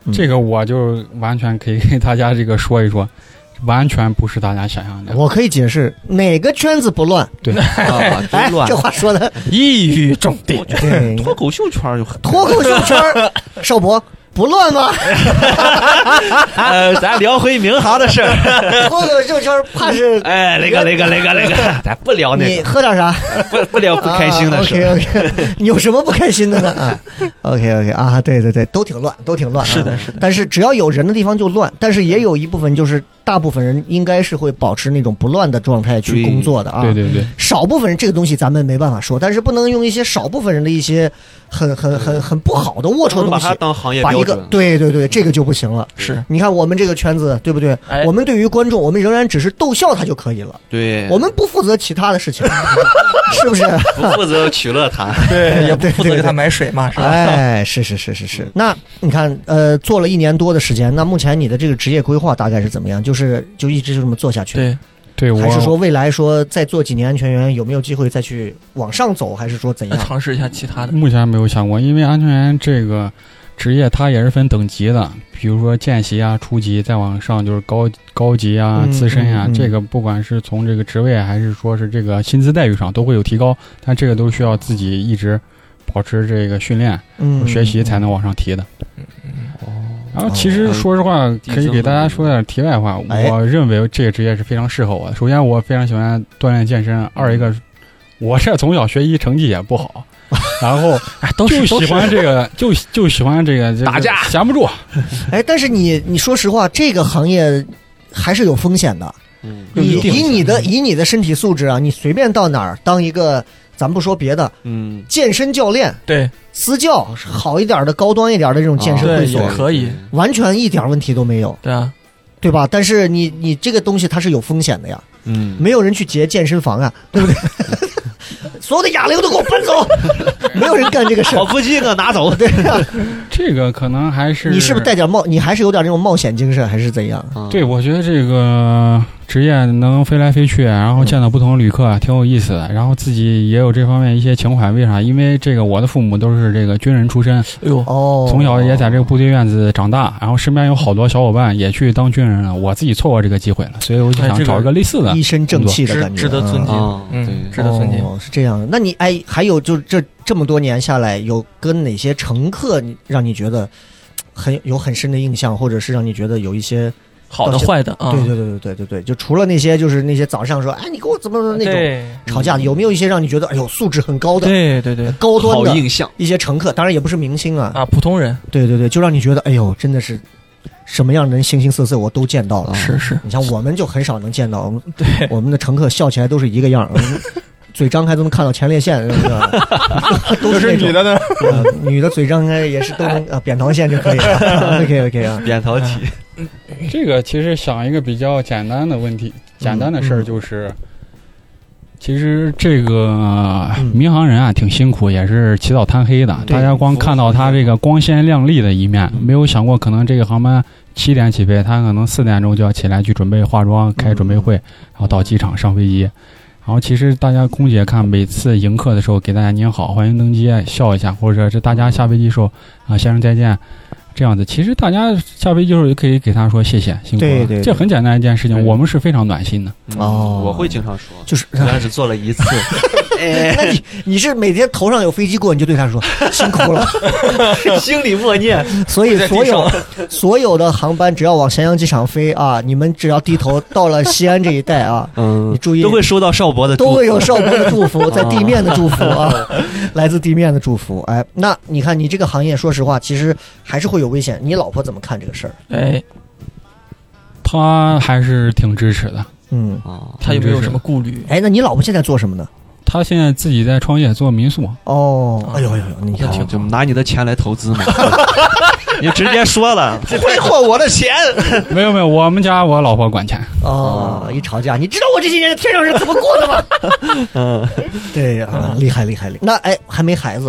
这个我就完全可以给大家这个说一说。完全不是大家想象的。 我可以解释哪个圈子不乱？ 对， 啊， 哎， 乱这话说的一语中的。 对， 脱口秀圈就很脱口秀圈，邵博不乱吗？ 呃，咱聊回民航的事儿。 脱口秀圈怕是哎，那个那个那个那个，咱不聊那你个， 喝点啥？ 不不聊不开心的事。 OK OK， 你有什么不开心的呢？啊，OK OK 啊，对对对，都挺乱，都挺乱。 是的，是的。 但是只要有人的地方就乱，但是也有一部分就是大部分人应该是会保持那种不乱的状态去工作的啊。 对对对， 少部分人这个东西咱们没办法说，但是不能用一些少部分人的一些很很很很不好的龌龊的东西把它当行业把一个标准。 对对对，这个就不行了。 是你看我们这个圈子，对不对？ 哎我们对于观众，我们仍然只是逗笑他就可以了， 对， 我们不负责其他的事情，是不是？ 不负责取乐他。 对，也不负责对对给他买水嘛，是吧？ 哎，是是是是是。那你看，呃，做了一年多的时间，那目前你的这个职业规划大概是怎么样？就是就一直就这么做下去？ 对， 对我还是说未来说再做几年安全员有没有机会再去往上走？还是说怎样？ 尝试一下其他的。 目前没有想过，因为安全员这个职业它也是分等级的，比如说见习啊、初级，再往上就是高高级啊、 嗯资深啊， 嗯嗯这个不管是从这个职位还是说是这个薪资待遇上都会有提高，但这个都需要自己一直保持这个训练、 嗯， 学习才能往上提的。然后其实哦说实话，可以给大家说点题外话。 哎我认为这个职业是非常适合我的。首先，我非常喜欢锻炼健身；二一个，我这从小学习成绩也不好，然后哎，都就是喜欢这个，就就喜欢这个这个打架闲不住。 哎，但是你你说实话，这个行业还是有风险的。 嗯你有一定以你的以你的身体素质啊，你随便到哪儿当一个，咱不说别的， 嗯， 健身教练、 对私教好一点的、高端一点的这种健身会对所， 也可以， 完全一点问题都没有， 对啊， 对吧？但是你你这个东西它是有风险的呀， 嗯， 没有人去劫健身房啊，对不对？所有的哑铃都给我搬走，没有人干这个事儿。 跑步机给我拿走。 对啊， 这个可能还是你是不是带点冒？你还是有点那种冒险精神，还是怎样？ 啊对，我觉得这个职业能飞来飞去，然后见到不同的旅客，挺有意思的。然后自己也有这方面一些情怀，为啥？因为这个我的父母都是这个军人出身， 哎呦， 哦， 从小也在这个部队院子长大，然后身边有好多小伙伴也去当军人了，我自己错过这个机会了，所以我就哎这个想找一个类似的。 一身正气的值感觉， 值得尊敬啊， 嗯， 对值得尊敬。 哦，是这样的。那你哎，还有就这这么多年下来，有跟哪些乘客你让你觉得很有很深的印象，或者是让你觉得有一些好的坏的啊， 对对对对对对对，就除了那些就是那些早上说哎你给我怎么怎么那种对吵架的，有没有一些让你觉得哎呦素质很高的、 对对对高端的好印象。 一些乘客？当然也不是明星啊， 啊，普通人对对对，就让你觉得哎呦真的是什么样的人形形色色我都见到了。 是是， 你像我们就很少能见到，我们对我们的乘客笑起来都是一个样儿，嘴张开都能看到前列腺，是吧？都是女的呢、呃，女的嘴张开也是都能啊，扁桃腺就可以了。OK OK 啊， 扁桃体。 这个其实想一个比较简单的问题，简单的事儿就是，其实这个民航人啊挺辛苦，也是起早贪黑的。大家光看到他这个光鲜亮丽的一面，没有想过可能这个航班七点起飞，他可能四点钟就要起来去准备化妆、开准备会，然后到机场上飞机。然后其实大家空姐看每次迎客的时候给大家您好，欢迎登机，笑一下，或者是大家下飞机的时候啊，先生再见。这样子，其实大家下飞机的时候也可以给他说谢谢，辛苦了。 对对对这很简单一件事情， 对我们是非常暖心的。 哦我会经常说， 就是虽然只做了一次， 那你你是每天头上有飞机过，你就对他说辛苦了， 心里默念。 所以所有所有的航班只要往咸阳机场飞啊，你们只要低头到了西安这一带啊， 嗯你，注意都会收到邵博的祝福， 都会有邵博的祝福，在地面的祝福啊，来自地面的祝福。哎，那你看你这个行业，说实话，其实还是会有危险。你老婆怎么看这个事儿？ 哎， 他还是挺支持的。 嗯， 啊， 他有没有什么顾虑？ 哎，那你老婆现在做什么呢？ 他现在自己在创业做民宿。 哦，哎呦哎呦，你看， 就拿你的钱来投资嘛。 你直接说了，挥霍我的钱。 没有没有，我们家我老婆管钱。 哦，一吵架，你知道我这些年在天上是怎么过的吗？ 嗯， 对呀、厉害厉害厉害。那哎，还没孩子哈？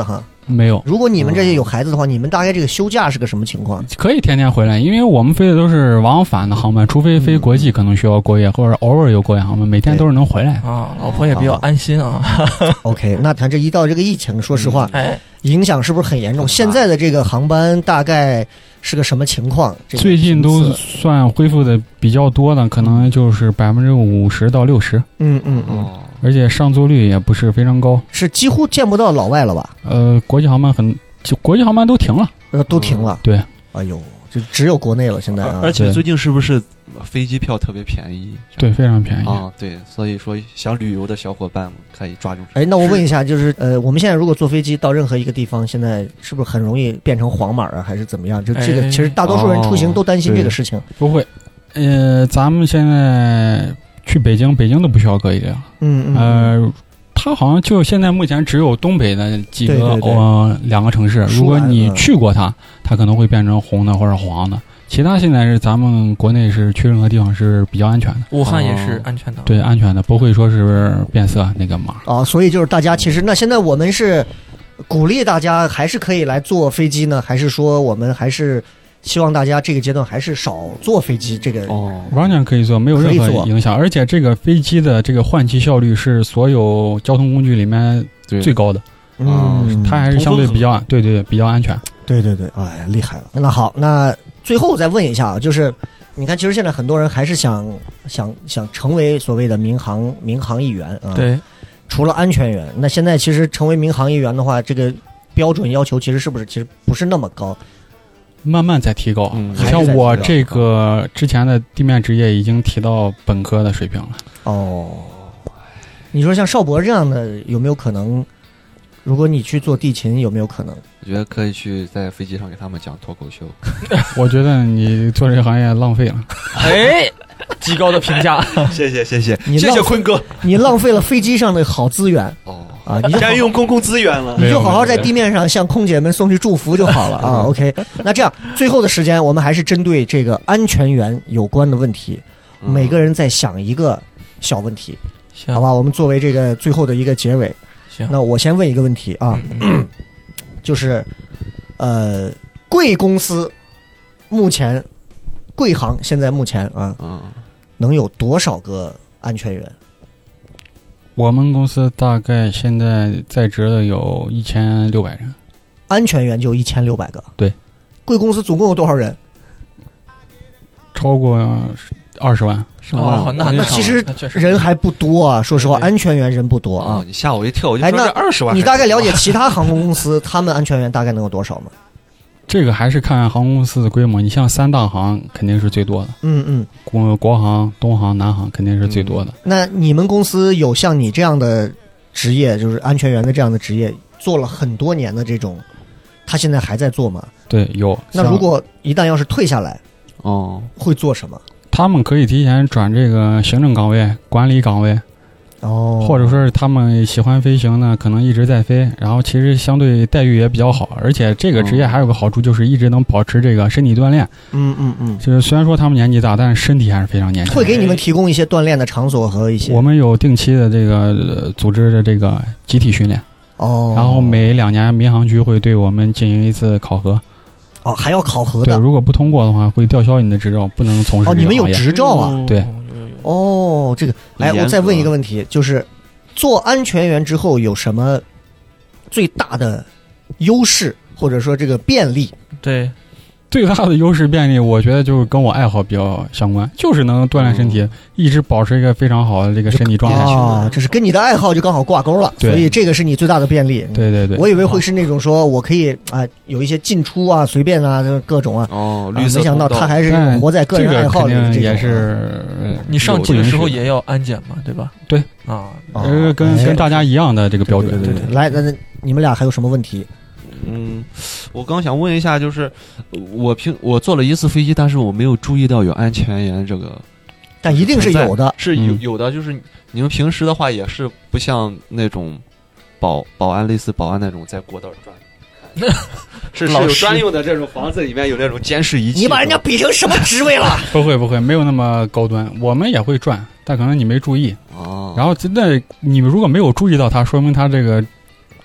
没有。 如果你们这些有孩子的话，你们大概这个休假是个什么情况？ 可以天天回来，因为我们飞的都是往返的航班，除非飞国际可能需要过夜，或者偶尔有过夜航班，每天都是能回来啊。老婆也比较安心啊。 OK， 那咱这一到这个疫情，说实话， 哎， 影响是不是很严重？现在的这个航班大概是个什么情况？这个、 最近都算恢复的比较多的，可能就是百分之五十到六十。 嗯嗯嗯。 而且上座率也不是非常高， 是几乎见不到老外了吧？ 呃，国际航班很，就国际航班都停了， 呃，都停了。 对， 哎呦，就只有国内了现在啊。 而且最近是不是飞机票特别便宜？ 对，非常便宜啊。对，所以说想旅游的小伙伴们可以抓住。 哎，那我问一下，就是呃，我们现在如果坐飞机到任何一个地方，现在是不是很容易变成黄码啊，还是怎么样？就这个，其实大多数人出行都担心这个事情。 不会，呃，咱们现在去北京，北京都不需要隔离了。 嗯嗯。 呃。它好像就现在目前只有东北的几个呃两个城市，如果你去过它，它可能会变成红的或者黄的。其他现在是咱们国内是去任何地方是比较安全的， 武汉也是安全的， 对，安全的，不会说是变色那个码。 哦，所以就是大家其实那现在我们是鼓励大家还是可以来坐飞机呢，还是说我们还是？希望大家这个阶段还是少坐飞机，这个哦，完全可以坐，没有任何影响。而且这个飞机的这个换气效率是所有交通工具里面最高的， 嗯， 它还是相对比较对对比较安全。 对对对，哎，厉害了。那好，那最后再问一下啊，就是你看，其实现在很多人还是想想想成为所谓的民航民航一员啊。 对， 除了安全员，那现在其实成为民航一员的话，这个标准要求其实是不是其实不是那么高？ 慢慢在提高， 嗯， 像我这个之前的地面职业已经提到本科的水平了。 哦，你说像邵博这样的有没有可能？如果你去做地勤，有没有可能？ 我觉得可以去在飞机上给他们讲脱口秀。 我觉得你做这个行业浪费了。 哎，极高的评价， 谢谢谢谢， 谢谢坤哥， 你浪费了飞机上的好资源。 哦。 啊，你就占用公共资源了， 你就好好在地面上向空姐们送去祝福就好了啊。OK， 那这样最后的时间，我们还是针对这个安全员有关的问题，嗯、每个人再想一个小问题，好吧？我们作为这个最后的一个结尾， 行。 那我先问一个问题啊，嗯、就是呃，贵公司目前贵行现在目前啊， 嗯、 能有多少个安全员？ 我们公司大概现在在职的有一千六百人， 安全员就一千六百个。 对， 贵公司总共有多少人？ 超过二十万。 哦，那那其实人还不多啊，说实话，安全员人不多啊。 哦、你吓我一跳，我就说这二十万。 你大概了解其他航空公司他们安全员大概能有多少吗？ 这个还是看航空公司的规模，你像三大行肯定是最多的， 嗯嗯， 国国航、东航、南航肯定是最多的、嗯。 那你们公司有像你这样的职业，就是安全员的这样的职业，做了很多年的这种，他现在还在做吗？ 对，有。 那如果一旦要是退下来， 哦， 会做什么？ 他们可以提前转这个行政岗位、管理岗位。 哦， 或者说是他们喜欢飞行呢，可能一直在飞，然后其实相对待遇也比较好，而且这个职业还有个好处就是一直能保持这个身体锻炼。 嗯嗯嗯， 就是虽然说他们年纪大，但是身体还是非常年轻。 会给你们提供一些锻炼的场所和一些。 我们有定期的这个、呃、组织的这个集体训练。 哦。 然后每两年民航局会对我们进行一次考核。 哦，还要考核的。 对，如果不通过的话，会吊销你的执照，不能从事这个行业。 哦，你们有执照啊？ 嗯、对。 哦，这个，来，我再问一个问题，就是做安全员之后有什么最大的优势，或者说这个便利？ 对， 最大的优势便利，我觉得就是跟我爱好比较相关，就是能锻炼身体，嗯、一直保持一个非常好的这个身体状态。 啊，这是跟你的爱好就刚好挂钩了，所以这个是你最大的便利。 对对对， 我以为会是那种说我可以啊、呃、有一些进出啊随便啊各种啊。 哦，绿色、 啊。没想到他还是活在个人爱好里的这种。 也是， 你上机的时候也要安检嘛，对吧？ 对啊， 呃，跟跟大家一样的这个标准。 对对对，来，那你们俩还有什么问题？ 嗯，我刚想问一下，就是我平我坐了一次飞机，但是我没有注意到有安全员这个， 但一定是有的， 是有有的，就是你们平时的话也是不像那种保保安类似保安那种在过道转，是是有专用的这种房子里面有那种监视仪器。 你把人家比成什么职位了？ 不会不会，没有那么高端，我们也会转，但可能你没注意。 哦， 然后真的你们如果没有注意到它，说明它这个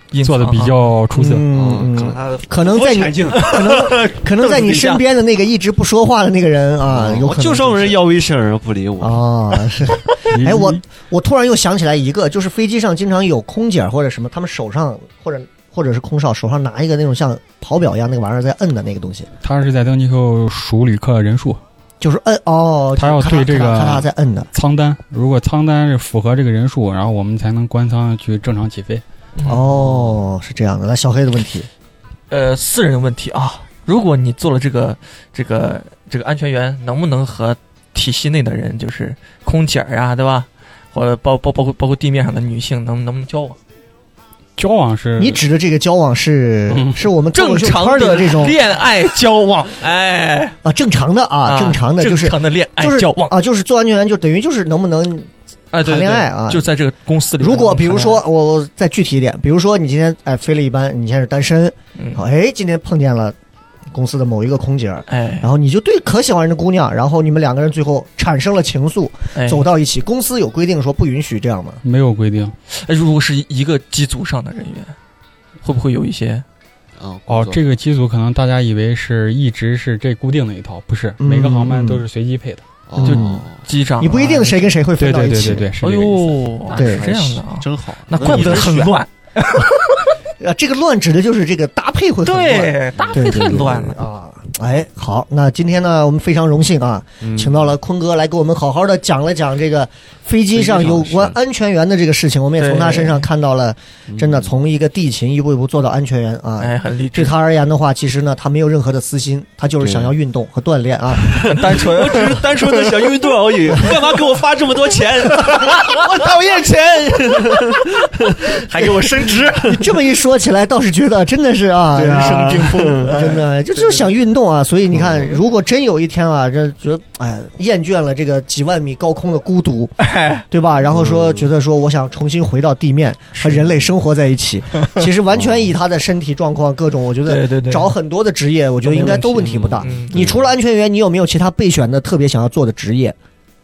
做的比较出色。 嗯， 可能他可能在你可能可能在你身边的那个一直不说话的那个人啊，有可能就上人要微信人不理我啊。是，哎，我我突然又想起来一个，就是飞机上经常有空姐或者什么，他们手上或者或者是空少手上拿一个那种像跑表一样那个玩意儿在摁的那个东西。 他是在登机后数旅客人数。 就是摁哦， 他要对这个咔嚓在摁的舱单，如果舱单是符合这个人数，然后我们才能关舱去正常起飞。 哦，是这样的。那小黑的问题， 呃，私人问题啊，如果你做了这个这个这个安全员，能不能和体系内的人，就是空姐啊，对吧？或者包包包括包括地面上的女性，能能不能交往？ 交往是你指的这个交往是、嗯、是我们正常的这种恋爱交往，哎啊，正常的啊， 啊正常的就是正常的恋爱交往、 就是、啊，就是做安全员就等于就是能不能谈恋爱啊？就在这个公司里。 如果比如说我再具体一点，比如说你今天哎飞了一班，你现在是单身，嗯，哎，今天碰见了公司的某一个空姐， 哎， 然后你就对可喜欢人的姑娘，然后你们两个人最后产生了情愫，哎、走到一起。公司有规定说不允许这样吗？ 没有规定。 哎，如果是一个机组上的人员，会不会有一些？ 哦哦，这个机组可能大家以为是一直是这固定的一套，不是，嗯、每个航班都是随机配的。 哦、就机长， 你不一定谁跟谁会分到一起。 对对对对对， 哎呦， 对， 是这样的啊， 真好。 那怪不得很乱。 啊，这个乱指的就是这个搭配会很乱， 对，搭配太乱了啊！哎，好，那今天呢，我们非常荣幸啊，嗯、请到了坤哥来给我们好好的讲了讲这个飞机上有关安全员的这个事情。我们也从他身上看到了，真的从一个地勤一步一步做到安全员啊， 哎，很励志。 对他而言的话，其实呢，他没有任何的私心，他就是想要运动和锻炼啊， 很单纯， 我只是单纯的想运动而已。干嘛给我发这么多钱？我讨厌钱， 还给我升职。 你这么一说起来，倒是觉得真的是啊， 人生巅峰， 真的就就是想运动啊。所以你看，如果真有一天啊，这觉得哎厌倦了这个几万米高空的孤独，对吧？然后说觉得说我想重新回到地面和人类生活在一起，其实完全以他的身体状况各种，我觉得找很多的职业，我觉得应该都问题不大。你除了安全员，你有没有其他备选的特别想要做的职业？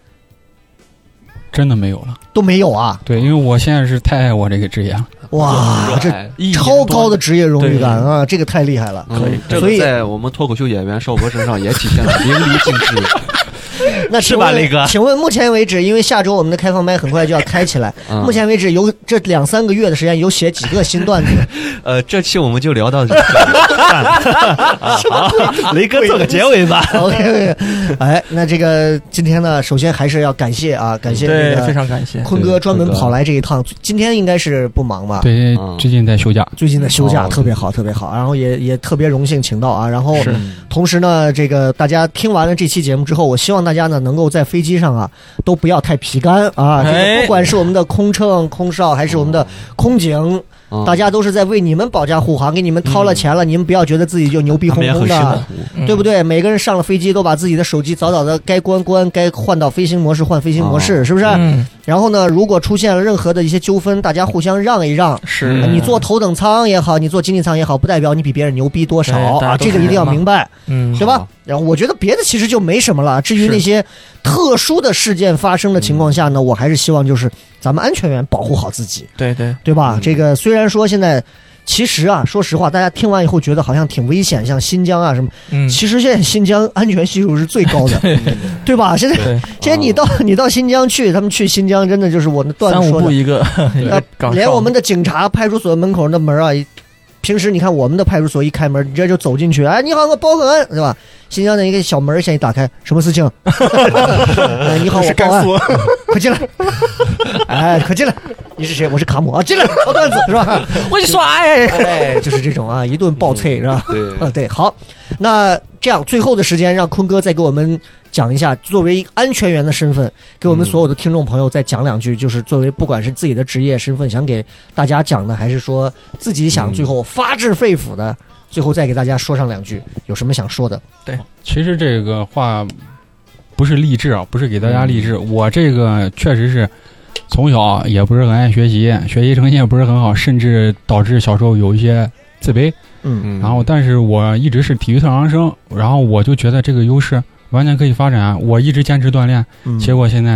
真的没有了， 都没有啊？ 对，因为我现在是太爱我这个职业了。 哇，这超高的职业荣誉感啊！这个太厉害了， 可以。所以在我们脱口秀演员邵博身上也体现了淋漓尽致。 那是吧，雷哥？请问目前为止，因为下周我们的开放麦很快就要开起来，嗯、目前为止有这两三个月的时间，有写几个新段子？ 呃，这期我们就聊到这。 好， 雷哥做个结尾吧。 OK， 哎，那这个今天呢，首先还是要感谢啊，感谢对，非常感谢坤哥专门跑来这一趟。今天应该是不忙吧？ 对，最近在休假， 最近在休假，特别好，特别好。然后也也特别荣幸请到啊，然后同时呢，这个大家听完了这期节目之后，我希望大家呢能够在飞机上啊都不要太皮干啊，这个不管是我们的空乘、空少还是我们的空警。大家都是在为你们保驾护航，给你们掏了钱了，嗯、你们不要觉得自己就牛逼哄哄的，嗯、对不对？每个人上了飞机都把自己的手机早早的该关关，该换到飞行模式换飞行模式，哦、是不是？嗯、然后呢，如果出现了任何的一些纠纷，大家互相让一让。 是， 你坐头等舱也好，你坐经济舱也好，不代表你比别人牛逼多少啊，这个一定要明白，嗯，对吧？然后我觉得别的其实就没什么了。至于那些特殊的事件发生的情况下呢，我还是希望就是咱们安全员保护好自己， 对对对吧？嗯、这个虽然说现在其实啊，说实话，大家听完以后觉得好像挺危险，像新疆啊什么，嗯，其实现在新疆安全系数是最高的，对, 对吧？现在现在你到你到新疆去，他们去新疆真的就是我那段子说的， 三五步一个， 呃，连我们的警察派出所门口的门啊。平时你看我们的派出所一开门，你这就走进去，哎，你好，我报个案，对吧？新疆的一个小门先一打开，什么事情？哎、你好，我报案，快进来！哎，快进来！你是谁？我是卡姆啊，进来，好段子是吧？ 我就说，哎， 哎，就是这种啊，一顿爆脆是吧？ 对， 啊，对，好，那这样最后的时间，让坤哥再给我们讲一下，作为安全员的身份，给我们所有的听众朋友再讲两句，就是作为不管是自己的职业身份想给大家讲的，还是说自己想最后发自肺腑的，最后再给大家说上两句，有什么想说的？ 对， 其实这个话不是励志啊，不是给大家励志，我这个确实是从小也不是很爱学习，学习成绩也不是很好，甚至导致小时候有一些自卑。嗯，然后但是我一直是体育特长生，然后我就觉得这个优势完全可以发展，我一直坚持锻炼，嗯、结果现在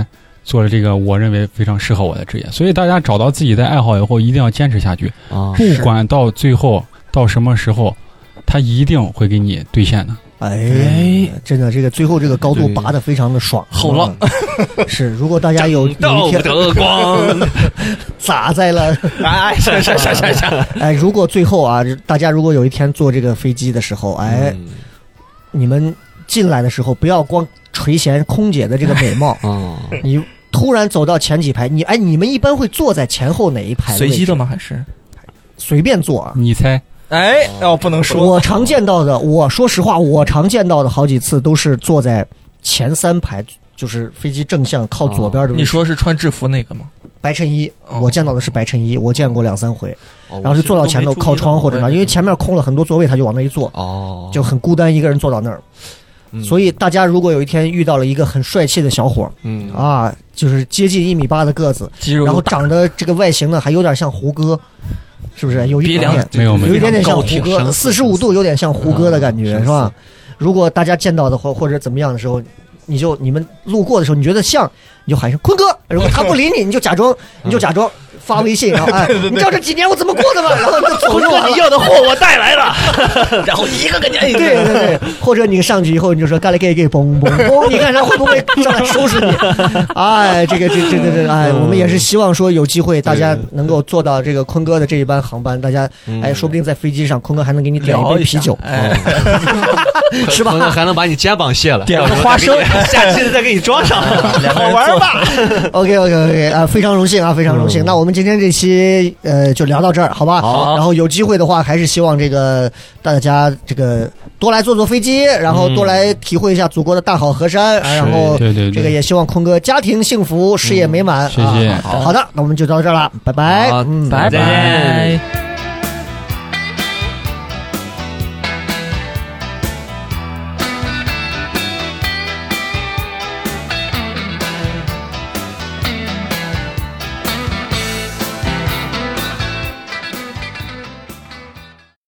做了这个我认为非常适合我的职业。所以大家找到自己的爱好以后，一定要坚持下去， 啊， 不管到最后到什么时候，它一定会给你兑现的。 哎，真的，这个最后这个高度拔得非常的爽， 好了。 是，如果大家有有一天得光砸在了， 哎，是是是是是， 哎，如果最后啊，大家如果有一天坐这个飞机的时候，哎， 嗯你们进来的时候不要光垂涎空姐的这个美貌， 啊， 你突然走到前几排，你哎，你们一般会坐在前后哪一排？ 随机的吗？还是随便坐啊？ 你猜？ 哎，哦，不能说。 我常见到的，我说实话，我常见到的好几次都是坐在前三排，就是飞机正向靠左边的位置。 你说是穿制服那个吗？ 白衬衣， 哦我见到的是白衬衣，我见过两三回， 然然后就坐到前头靠窗或者哪，因为前面空了很多座位，他就往那一坐， 哦， 就很孤单，一个人坐到那儿。 嗯所以大家如果有一天遇到了一个很帅气的小伙嗯啊，就是接近一米八的个子， 肌肉然后长得这个外形呢还有点像胡歌，是不是？有一鼻梁点点， 没有没有有一点点像胡歌， 高挺深四十五度有点像胡歌的感觉， 嗯是吧？如果大家见到的或或者怎么样的时候，你就你们路过的时候，你觉得像，你就喊一声坤哥。如果他不理你，你就假装，你就假装发微信，然后哎，你知道这几年我怎么过的吗？然后就走就完了。 你要的货我带来了， 然后一个个你哎， 对对对，或者你上去以后你就说干了给给嘣嘣嘣，你看他会不会上来收拾你？哎，这个这这这这哎，我们也是希望说有机会大家能够坐到这个坤哥的这一班航班，大家哎，说不定在飞机上坤哥还能给你点一杯啤酒， 哎， 是吧？ 还能把你肩膀卸了， 点个花生， 下期再给你装上， 好玩吧？ OK OK OK 啊，非常荣幸啊，非常荣幸。那我们今天这期呃就聊到这儿，好吧？ 好然后有机会的话，还是希望这个大家这个多来坐坐飞机，然后多来体会一下祖国的大好河山，啊然后对对对这个也希望坤哥家庭幸福，事业美满。 谢谢啊好的，那我们就到这儿了，拜拜。 好嗯， 拜再见。